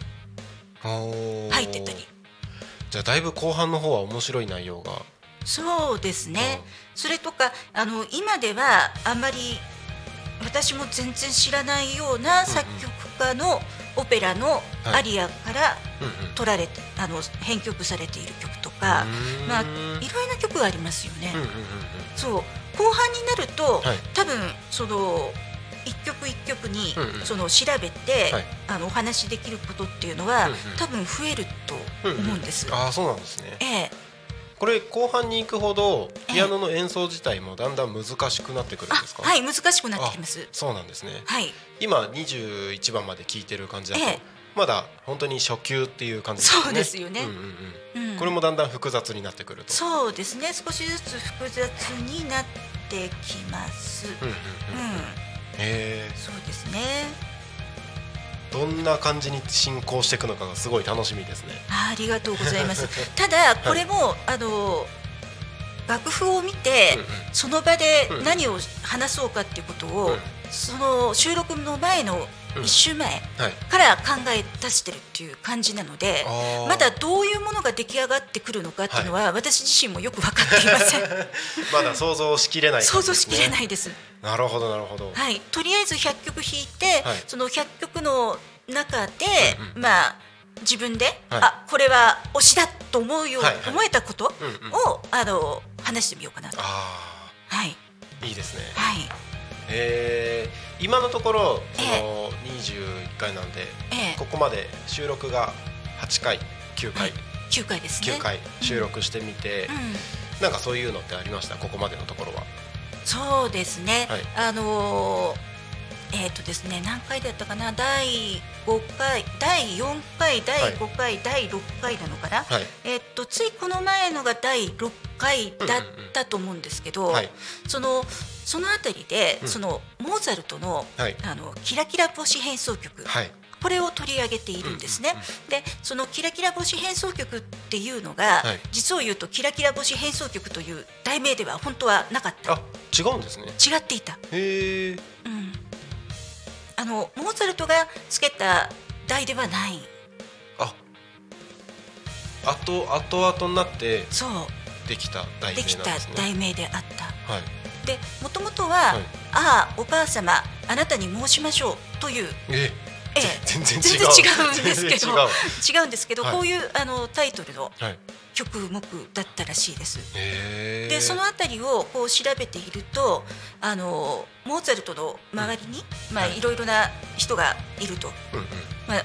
入ってたり、はい、 じゃあだいぶ後半の方は面白い内容が。 そうですね。それとかあの今ではあんまり私も全然知らないような作曲家のオペラのアリアから取られて、はい、あの編曲されている曲とか、まあ、いろいろな曲がありますよね。うんうんうんうん、そう後半になると、はい、多分その一曲一曲に、うんうん、その調べて、はい、あのお話しできることっていうのは、うんうん、多分増えると思うんです。 うんうん、あ、そうなんですね。 ええ、 これ後半に行くほどピアノの演奏自体もだんだん難しくなってくるんですか？ はい、難しくなってきます。 そうなんですね。 はい、 今にじゅういちばんまで聴いてる感じだと、ええ、まだ本当に初級っていう感じですね。 そうですよね。うんうんうん、 これもだんだん複雑になってくると。 そうですね、少しずつ複雑になってきます。うんうんうんうん、へー、そうですね。 どんな感じに進行していくのかがすごい楽しみですね。 あ, ありがとうございます。ただこれも、はい、あの楽譜を見て、うんうん、その場で何を話そうかっていうことを、うん、その収録の前のいっ週前から考え出してるっていう感じなので、うん、まだどういうものが出来上がってくるのかっていうのは、はい、私自身もよく分かっていません。 まだ想像しきれない感じですね。 想像しきれないです。 なるほどなるほど。 はい、とりあえずひゃっきょく弾いて、はい、そのひゃっきょくの中で、うんうん、まあ自分で、はい、あ、これは推しだと思うよう、はいはい、思えたことを、うんうん、あの話してみようかなと。あ、はい、 いいですね。 はい、 えー、今のところそのにじゅういっかいなんで、えー、ここまで収録がはちかいきゅうかい、はい、 きゅうかいですね。 きゅうかい収録してみて、うんうん、なんかそういうのってありました？ここまでのところは。 そうですね、はい、あのー、えーとですね、何回だったかな、だいごかい、だいよんかい、だいごかい、はい、だいろっかいなのかな、はい、えーとついこの前のがだいろっかいだったと思うんですけど、うんうんうん、そのそのあたりで、うん、そのモーツァルト の、はい、あのキラキラ星変奏曲、はい、これを取り上げているんですね。うんうんうん、でそのキラキラ星変奏曲っていうのが、はい、実を言うとキラキラ星変奏曲という題名では本当はなかった。 あ、違うんですね。 違っていた。 へー、 うん、あのモーツァルトがつけた題ではない。 あ、あと後々になってそうできた題名なんですね。 できた題名であった。 はい、 でもともとは、はい、ああお母様あなたに申しましょうという、 えええ、 全然違う、 全然違うんですけど違う、違うんですけど、はい、こういうあのタイトルの曲目だったらしいです。 へー。 でそのあたりをこう調べていると、あのモーツァルトの周りに、うん、まあ、いろいろな人がいると、うんうん、まあ、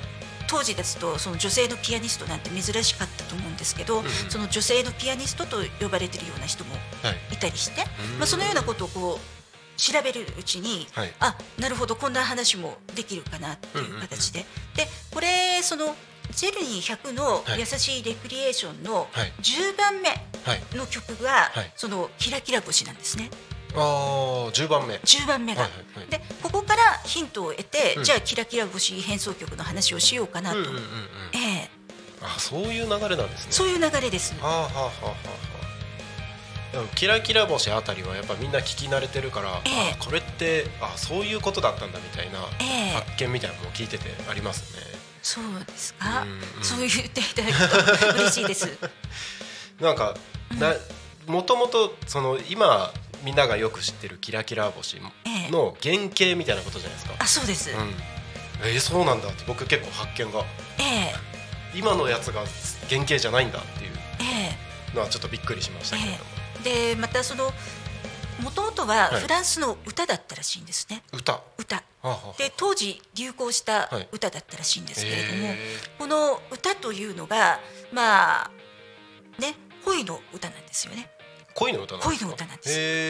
当時ですとその女性のピアニストなんて珍しかったと思うんですけど、 うんうん、 その女性のピアニストと呼ばれているような人もいたりして、はい、まあ、そのようなことをこう調べるうちに、はい、あ、なるほど、こんな話もできるかなっていう形で、うんうんうん、でこれそのジェルニーひゃくの優しいレクリエーションのじゅうばんめの曲が、はいはい、そのキラキラ星なんですね。 あ、じゅうばんめじゅうばんめが、はいはいはい、でここからヒントを得て、うん、じゃあキラキラ星変奏曲の話をしようかなと、うんうんうんうん、えー、あ、そういう流れなんですね。 そういう流れです。 はあはあはあはあ、でもキラキラ星あたりはやっぱみんな聞き慣れてるから、えー、あ、これってあ、そういうことだったんだみたいな、えー、発見みたいなのも聞いててありますね。 そうですか、うんうん、そう言っていただくと嬉しいですなんか、うん、もともとその今みんながよく知ってるキラキラ星の原型みたいなことじゃないですか。 あ、そうです、うん、 えー、そうなんだって僕結構発見が、 えー、 今のやつが原型じゃないんだっていうのはちょっとびっくりしましたけれども、 えー、でまたそのもともとはフランスの歌だったらしいんですね、 はい、歌歌で当時流行した歌だったらしいんですけれども、はい、この歌というのがまあね、恋の歌なんですよね。 恋の歌なんですか。 恋の歌なんです。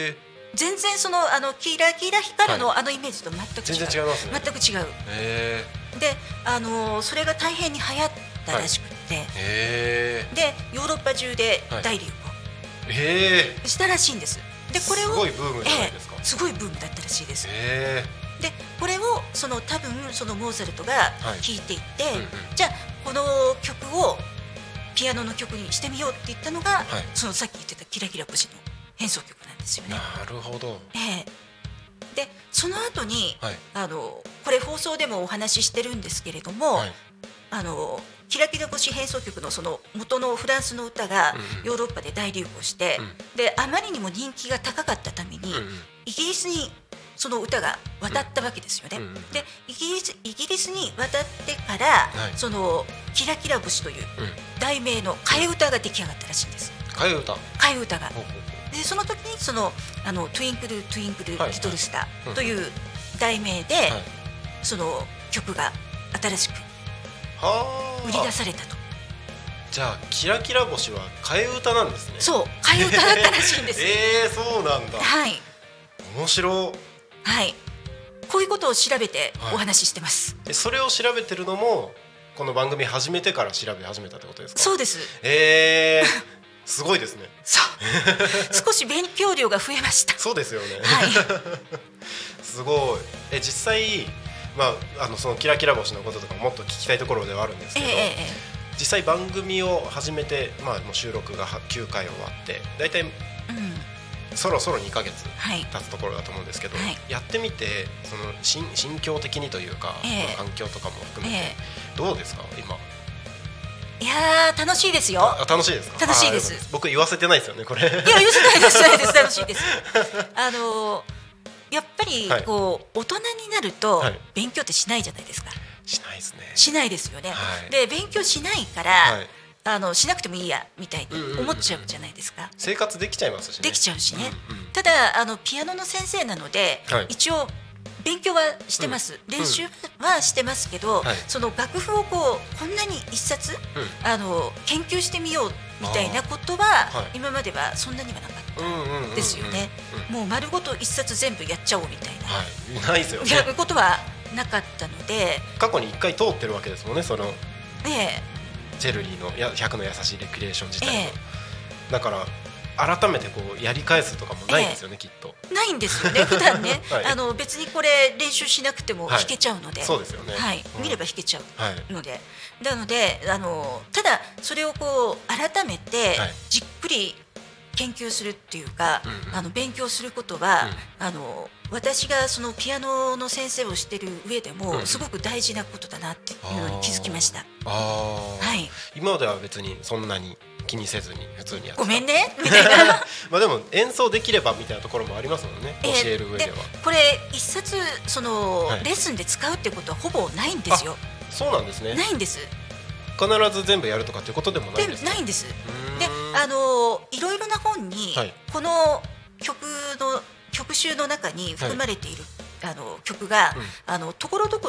全然そのあのキラキラ光るの、はい、あのイメージと全く違う。 全然違いますね。 全く違う。で、あのそれが大変に流行ったらしくって、はい、でヨーロッパ中で大流行したらしいんです。でこれをすごいブームじゃないですか。 えー、すごいブームだったらしいです。でこれをその多分そのモーツァルトが弾いていって、はい、うんうん、じゃあこの曲をピアノの曲にしてみようって言ったのが、はい、そのさっき言ってたキラキラ星の変奏曲なんですよね。 なるほど、 えー、でその後に、はい、あのこれ放送でもお話ししてるんですけれども、はい、あのキラキラ星変奏曲のその元のフランスの歌がヨーロッパで大流行して、うんうん、であまりにも人気が高かったために、うんうん、イギリスにその歌が渡ったわけですよね、うんうんうん、でイギリス、イギリスに渡ってから、はい、そのキラキラ星という題名の替え歌が出来上がったらしいんです。 替え歌替え歌がでその時にそのあのトゥインクルトゥインクルリトルスターという題名で、はいはい、その曲が新しく売り出されたと。 じゃあキラキラ星は替え歌なんですね。 そう、替え歌だったらしいんですえー、そうなんだ。 はい、 面白い。 はい、こういうことを調べてお話ししてます、 はい、それを調べてるのもこの番組始めてから調べ始めたってことですか。 そうです。 えー、すごいですね。 そう少し勉強量が増えましたそうですよね、 はい、 すごい。え実際、まあ、あのそのキラキラ星のこととかももっと聞きたいところではあるんですけど、えーえー、実際番組を始めて、まあ、もう収録がきゅうかい終わってだいたい、うん、そろそろにかげつ経つところだと思うんですけど、はい、やってみてその 心, 心境的にというか、えー、環境とかも含めて、えー、どうですか今。 いやー楽しいですよ。 あ楽しいですか。 楽しいです。 僕言わせてないですよねこれ。いや言わせてないですないです楽しいです。あのー、やっぱりこう、はい、大人になると勉強ってしないじゃないですか。 しないですね。 しないですよね、はい、で勉強しないから、はい、あのしなくてもいいやみたいに思っちゃうじゃないですか、うんうんうん、 生活できちゃいますしね。 できちゃうしね、 うんうん、 ただあのピアノの先生なので、はい、一応勉強はしてます、うん、練習はしてますけど、うん、その楽譜をこうこんなに一冊、うん、あの研究してみようみたいなことは、はい、今まではそんなにはなかったですよね。もう丸ごと一冊全部やっちゃおうみたいな、 はい、ないですよね。 やることはなかったので。 過去にいっかい通ってるわけですもんねその、 ええ、 チェルリーのひゃくの優しいレクリエーション自体は、ええ、だから改めてこうやり返すとかもないんですよね、ええ、きっとないんですよね普段ね、はい、あの別にこれ練習しなくても弾けちゃうので、 はい、そうですよね、 はい、 うん、 見れば弾けちゃうので、はい、なのであのただそれをこう改めてじっくり研究するっていうか、うんうん、あの勉強することは、うん、あの私がそのピアノの先生をしている上でもすごく大事なことだなっていうのに気づきました。 あ、はい、今までは別にそんなに気にせずに普通にやってた。 ごめんねみたいなまあでも演奏できればみたいなところもありますもんね、教える上では。 でこれ一冊その、はい、レッスンで使うってことはほぼないんですよ。 そうなんですね。 ないんです。 必ず全部やるとかっていうことでもないんですか。 ないんです。で、あのいろいろな本に、はい、この曲の曲集の中に含まれている、はい、あの曲が、うん、あのところどころに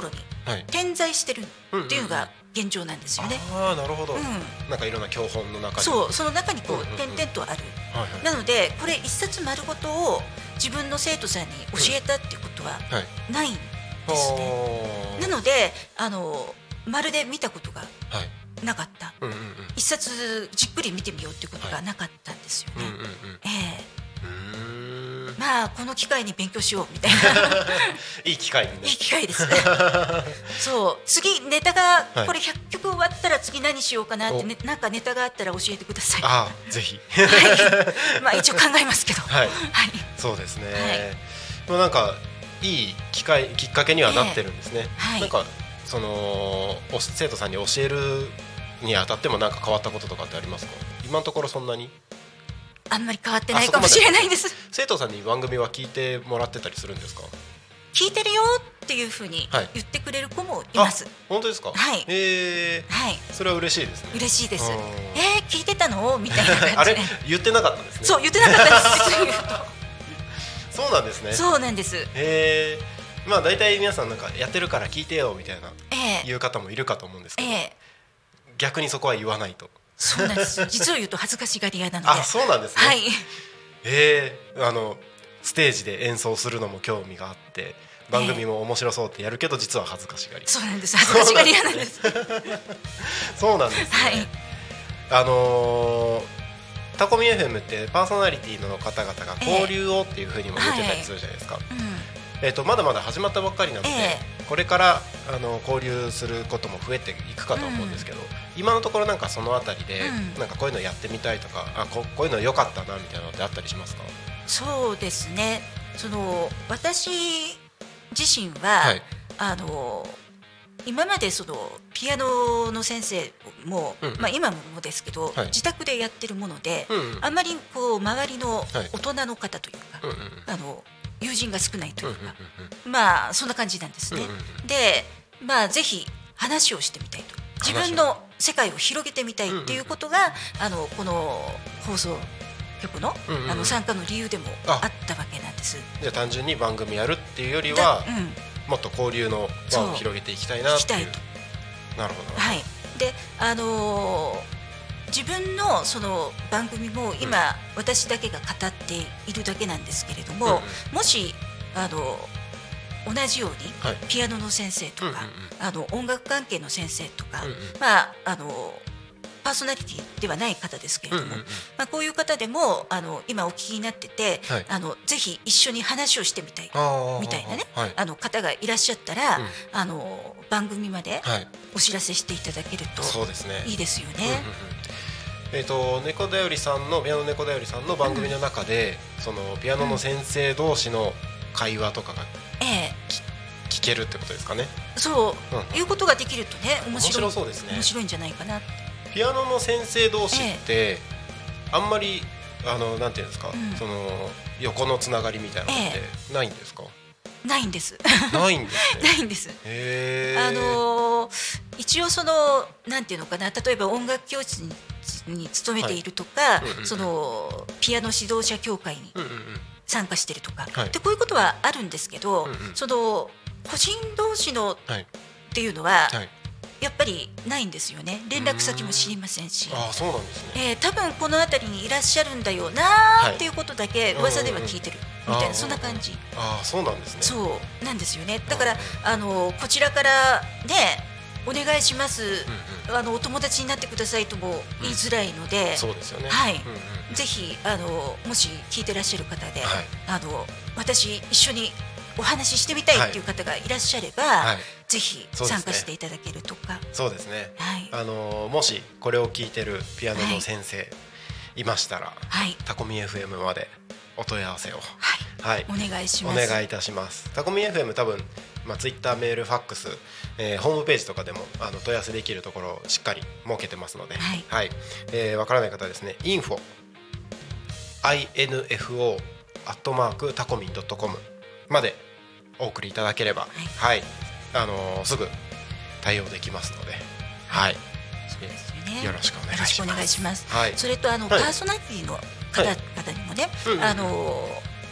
はい点在してるっていうのが現状なんですよね。 ああなるほど、 うんなんかいろんな教本の中にそうその中にこううんうんうん点々とある。 はいはいなのでこれ一冊丸ごとを自分の生徒さんに教えたっていうことははいないんですね。 あーなのであのまるで見たことがはいなかった。 うんうんうん一冊じっくり見てみようっていうことがなかったんですよね。 うんうんうんえうーんえまあこの機会に勉強しようみたいな。 いい機会にねいい機会ですね。そう次ネタがはいこれひゃっきょく終わったら次何しようかなって、ね、なんかネタがあったら教えてください。はああぜひい。まあ一応考えますけど。 はいはい。 そうですね、 はいでもなんかいい機会きっかけにはなってるんですね、 はいなんかそのお生徒さんに教えるにあたってもなんか変わったこととかってありますか？今のところそんなにあんまり変わってないかもしれないです。 生徒さんに番組は聞いてもらってたりするんですか？ 聞いてるよっていうふうにはい言ってくれる子もいます。 あ本当ですか？ はいえー、 はい。 それは嬉しいですね。 嬉しいです。 うんえー、聞いてたのみたいな感じで。 あれ言ってなかったんですね。 そう言ってなかったです。実を言うそうなんですね。 と。そうなんです。 えー、まあ大体皆さんなんかやってるから聞いてよみたいなええ言う方もいるかと思うんですけど、 ええ逆にそこは言わないと。 そうなんです。実を言うと恥ずかしがり屋なので。 あそうなんですね。 はい。 えー、あのステージで演奏するのも興味があって番組も面白そうってやるけど実は恥ずかしがり、 そうなんです。恥ずかしがり屋なんです。 そうなんですね、 はい。 あのー、タコミ エフエム ってパーソナリティの方々が交流をっていう風にも言ってたりするじゃないですか、 うん。 えー、とまだまだ始まったばっかりなので、 えこれからあの交流することも増えていくかと思うんですけど、今のところなんかそのあたりで、 うんなんかこういうのやってみたいとかあ こ, こういうの良かったなみたいなのってあったりしますか？ そうですね。その私自身は、 はいあの今までそのピアノの先生も、 うんうんまあ今もですけど、 はい自宅でやってるもので、 うんうんあんまりこう周りのはい大人の方というか、 うんうんあの友人が少ないとうんうんいうか、まあそんな感じなんですね。 うんうんうんで、まあぜひ話をしてみたいと、自分の世界を広げてみたいっていうことが、あのこの放送局の、 うんうんうんあの参加の理由でもあったわけなんです。 じゃあ単純に番組やるっていうよりだは、 うんもっと交流の輪を広げていきたいなっていう。 行きたなるほど。 はい。で、あのー自分のその番組も今、私だけが語っているだけなんですけれども、 うんうんもしあの同じように、 はいピアノの先生とか、 うんうんうんあの音楽関係の先生とか、 うんうんまああのパーソナリティではない方ですけれども、 うんうんうんまあ、こういう方でもあの今お聞きになってて、 はいあのぜひ一緒に話をしてみたいあーみたいなね、 はいあの方がいらっしゃったら、 うんあの番組まではい、 お知らせしていただけるとそうですね。 いいですよね。 うんうんうんえー、と猫だよりさんのピアノ猫だよりさんの番組の中で、そのピアノの先生同士の会話とかがええ、 聞けるってことですかね。 そう、 うんいうことができるとね面白い面白そうですね面白いんじゃないかな。 ピアノの先生同士って、あんまりあのなんていうんですか、 うんその横のつながりみたいなのってないんですか？ ないんですないんですね。 ないんです。 へーあのー一応そのなんていうのかな、例えば音楽教室にに勤めているとか、 はいうんうんうんそのピアノ指導者協会にうんうんうん参加してるとか、 はいでこういうことはあるんですけど、 うんうんその個人同士のっはいていうのははい。 やっぱりないんですよね。連絡先も知りませんし。 ああそうなんですね。 えー、多分この辺りにいらっしゃるんだよなーっていうことだけ噂では聞いてるみたいな、そんな感じ。 ああそうなんですね。 そうなんですよね。だからあのこちらからねお願いします、 うんあのお友達になってくださいとも言いづらいので、 そうですよね。 はいうんうんぜひあのもし聞いてらっしゃる方で、 はいあの私一緒にお話ししてみたいっていう方がいらっしゃれば、 はいぜひそうですね参加していただけるとか、 そうですね。 はいあのもしこれを聞いてるピアノの先生いましたら、 はいタコミ エフエム までお問い合わせをはいはいお願いしおます。 願いいたします。タコミ エフエム 多分まあツイッターメールファックス、えーホームページとかでもあの問い合わせできるところをしっかり設けてますので、 はいえーわからない方はですね インフォ アイエヌエフオー アットマークタコミン ドットコム までお送りいただければ、はいあのーすぐ対応できますので、はい、 そうですよね。 よろしくお願いしますよろしくお願いします。 はいそれとあの、 はいパーソナリティの方々にもね、 うんうんうんあの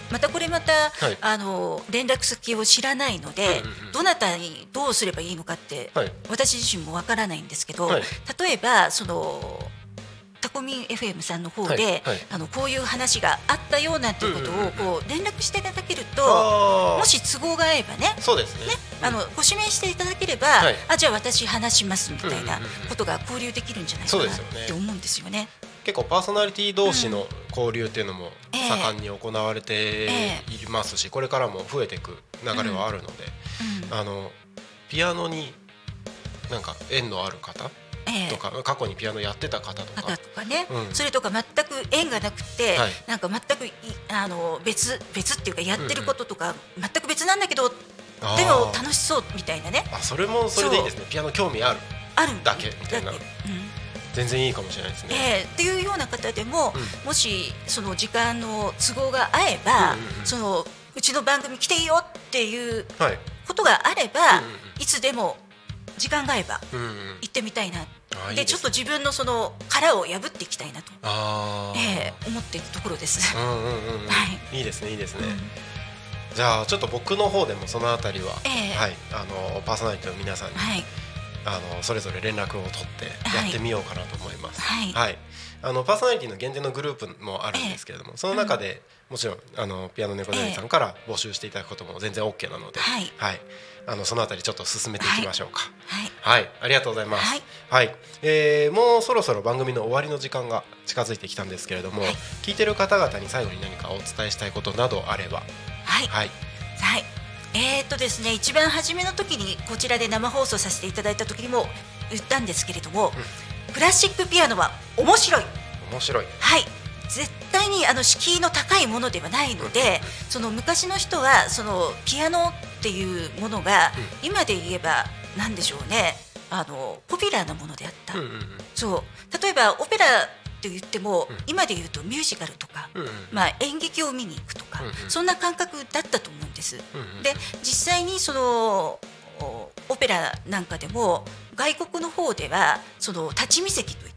またこれまた、 はい、 あの連絡先を知らないので、うんうんうん、どなたにどうすればいいのかって、はい、私自身もわからないんですけど、はい、例えばそのタコミン エフエム さんの方で、はいはい、あのこういう話があったようなということをこう連絡していただけると、もし都合が合えばね、 そうですね、 ね、あのご指名していただければ、はい、あじゃあ私話しますみたいなことが交流できるんじゃないかなって思うんですよね。結構パーソナリティ同士の交流っていうのも盛んに行われていますし、これからも増えていく流れはあるので、うんうん、あのピアノになんか縁のある方とか、過去にピアノやってた方とか方とかね、うん、それとか全く縁がなくて、はい、なんか全くあの別別っていうかやってることとか全く別なんだけど、うんうん、でも楽しそうみたいなね。 あ、それもそれでいいですね。ピアノ興味あるあるだけみたいな、うん、全然いいかもしれないですね、 えー、っていうような方でも、うん、もしその時間の都合が合えば、うんうんうん、そのうちの番組来ていいよっていうことがあれば、はい、うんうんうん、いつでも時間が合えば行ってみたいな、うんうん、で、でちょっと自分のその殻を破っていきたいなと、あ、えー、思っているところです。 うんうんうん、うん、はい、いいですねいいですね、うん、じゃあちょっと僕の方でもそのあたりは、えーはい、あのパーソナリティの皆さんに、はい、あのそれぞれ連絡を取ってやってみようかなと思います、はいはい、あのパーソナリティの限定のグループもあるんですけれども、えー、その中で、うん、もちろんあのピアノ猫大さんから募集していただくことも全然 OK なので、はいはい、あのそのあたりちょっと進めていきましょうか。はい、はい、ありがとうございます。はい、はい、えー、もうそろそろ番組の終わりの時間が近づいてきたんですけれども、はい、聞いてる方々に最後に何かお伝えしたいことなどあれば。 はいはいはい、えーっとですね、一番初めの時にこちらで生放送させていただいた時にも言ったんですけれども、うん、クラシックピアノは面白い面白い、 はい、絶対にあの敷居の高いものではないので、うん、その昔の人はそのピアノっていうものが、うん、今で言えば何でしょうね、あのポピュラーなものであった、うんうんうん、そう例えばオペラって言っても、うん、今で言うとミュージカルとか、うんうん、まあ、演劇を見に行くとか、うんうん、そんな感覚だったと思うんです、うんうん、で実際にそのオペラなんかでも外国の方ではその立ち見席といって、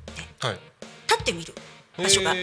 はい、立って見る場所があって、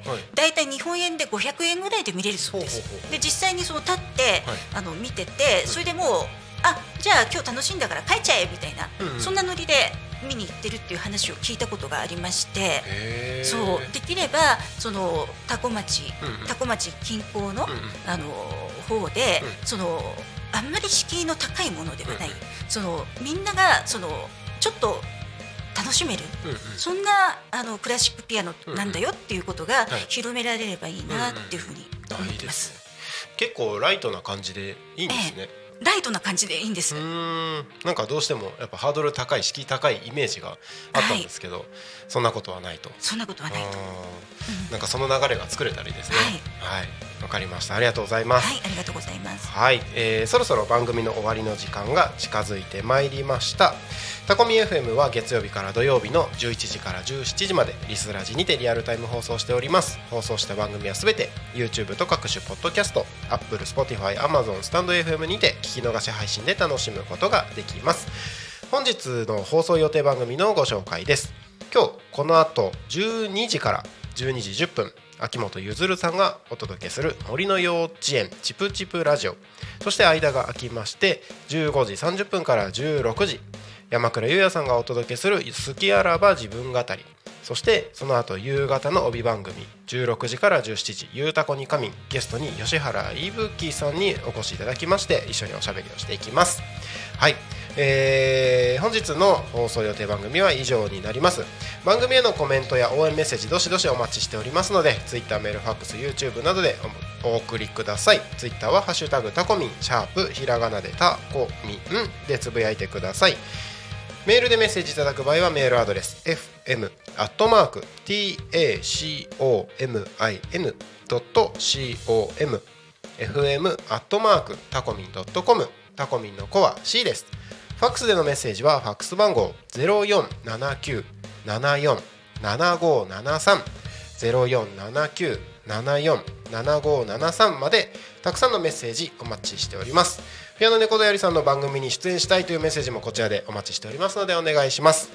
はい、だいたい日本円でごひゃくえんぐらいで見れるそうです。ほうほうほう。で実際にその立って、はい、あの見てて、それでもうあじゃあ今日楽しんだから帰っちゃえみたいな、うんうん、そんなノリで見に行ってるっていう話を聞いたことがありまして、そうできればその多古町、うんうん、多古町近郊の、うんうん、あの方で、うん、そのあんまり敷居の高いものではない、うんうん、そのみんながそのちょっと楽しめる、うんうん、そんなあのクラシックピアノなんだよっていうことが広められればいいなっていうふうに思ってます。 結構ライトな感じでいいんですね、ええライトな感じでいいんです。 うーんなんかどうしてもやっぱハードル高い敷居高いイメージがあったんですけど、はい、そんなことはないと。 そんなことはないと、 うん、なんかその流れが作れたらいいですね。はい、はい、わかりました。ありがとうございます。 はい、ありがとうございます。 はい、えー、そろそろ番組の終わりの時間が近づいてまいりました。タコミ エフエム は月曜日から土曜日のじゅういちじからじゅうしちじまでリスラジにてリアルタイム放送しております。放送した番組はすべて YouTube と各種ポッドキャスト、Apple、Spotify、Amazon、スタンド エフエム にて聞き逃し配信で楽しむことができます。本日の放送予定番組のご紹介です。今日この後じゅうにじからじゅうにじじゅっぷん、秋元ゆずるさんがお届けする森の幼稚園チプチプラジオ、そして間が空きましてじゅうごじさんじゅっぷんからじゅうろくじ、山倉優也さんがお届けする好きあらば自分語り、そしてその後夕方の帯番組じゅうろくじからじゅうしちじ、ゆうたこにかみん、ゲストに吉原いぶきさんにお越しいただきまして一緒におしゃべりをしていきます。はい、えー、本日の放送予定番組は以上になります。番組へのコメントや応援メッセージどしどしお待ちしておりますので、 Twitter、メール、ファックス、YouTube などで お, お送りください。 Twitter はハッシュタグタコミン、シャープひらがなでタコミンでつぶやいてください。メールでメッセージいただく場合はメールアドレス エフエム アットマーク タコミン ドット コム エフエム アットマーク タコミン ドット コム、 タコミンの子は C です。ファックスでのメッセージはファックス番号 ゼロよんななきゅうななよんななごななさん ゼロよんななきゅうななよんななごななさんまでたくさんのメッセージお待ちしております。ピアノ猫だよりさんの番組に出演したいというメッセージもこちらでお待ちしておりますのでお願いします。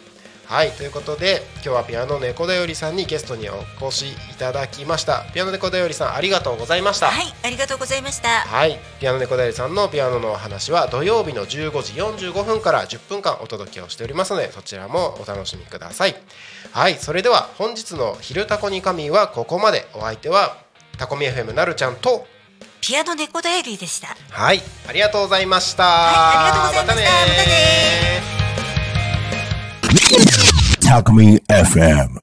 はい、ということで今日はピアノ猫だよりさんにゲストにお越しいただきました。ピアノ猫だよりさん、ありがとうございました。 はい、ありがとうございました。 はい、ピアノ猫だよりさんのピアノのお話は土曜日のじゅうごじよんじゅうごふんからじゅっぷんかんお届けをしておりますので、そちらもお楽しみください。はい、それでは本日の昼タコに仮眠はここまで。お相手はタコミ エフエム なるちゃんとピアノ猫だよりでした。 はい、ありがとうございました。 はい、ありがとうございました。またねー。 またねー。 Talk Me エフエム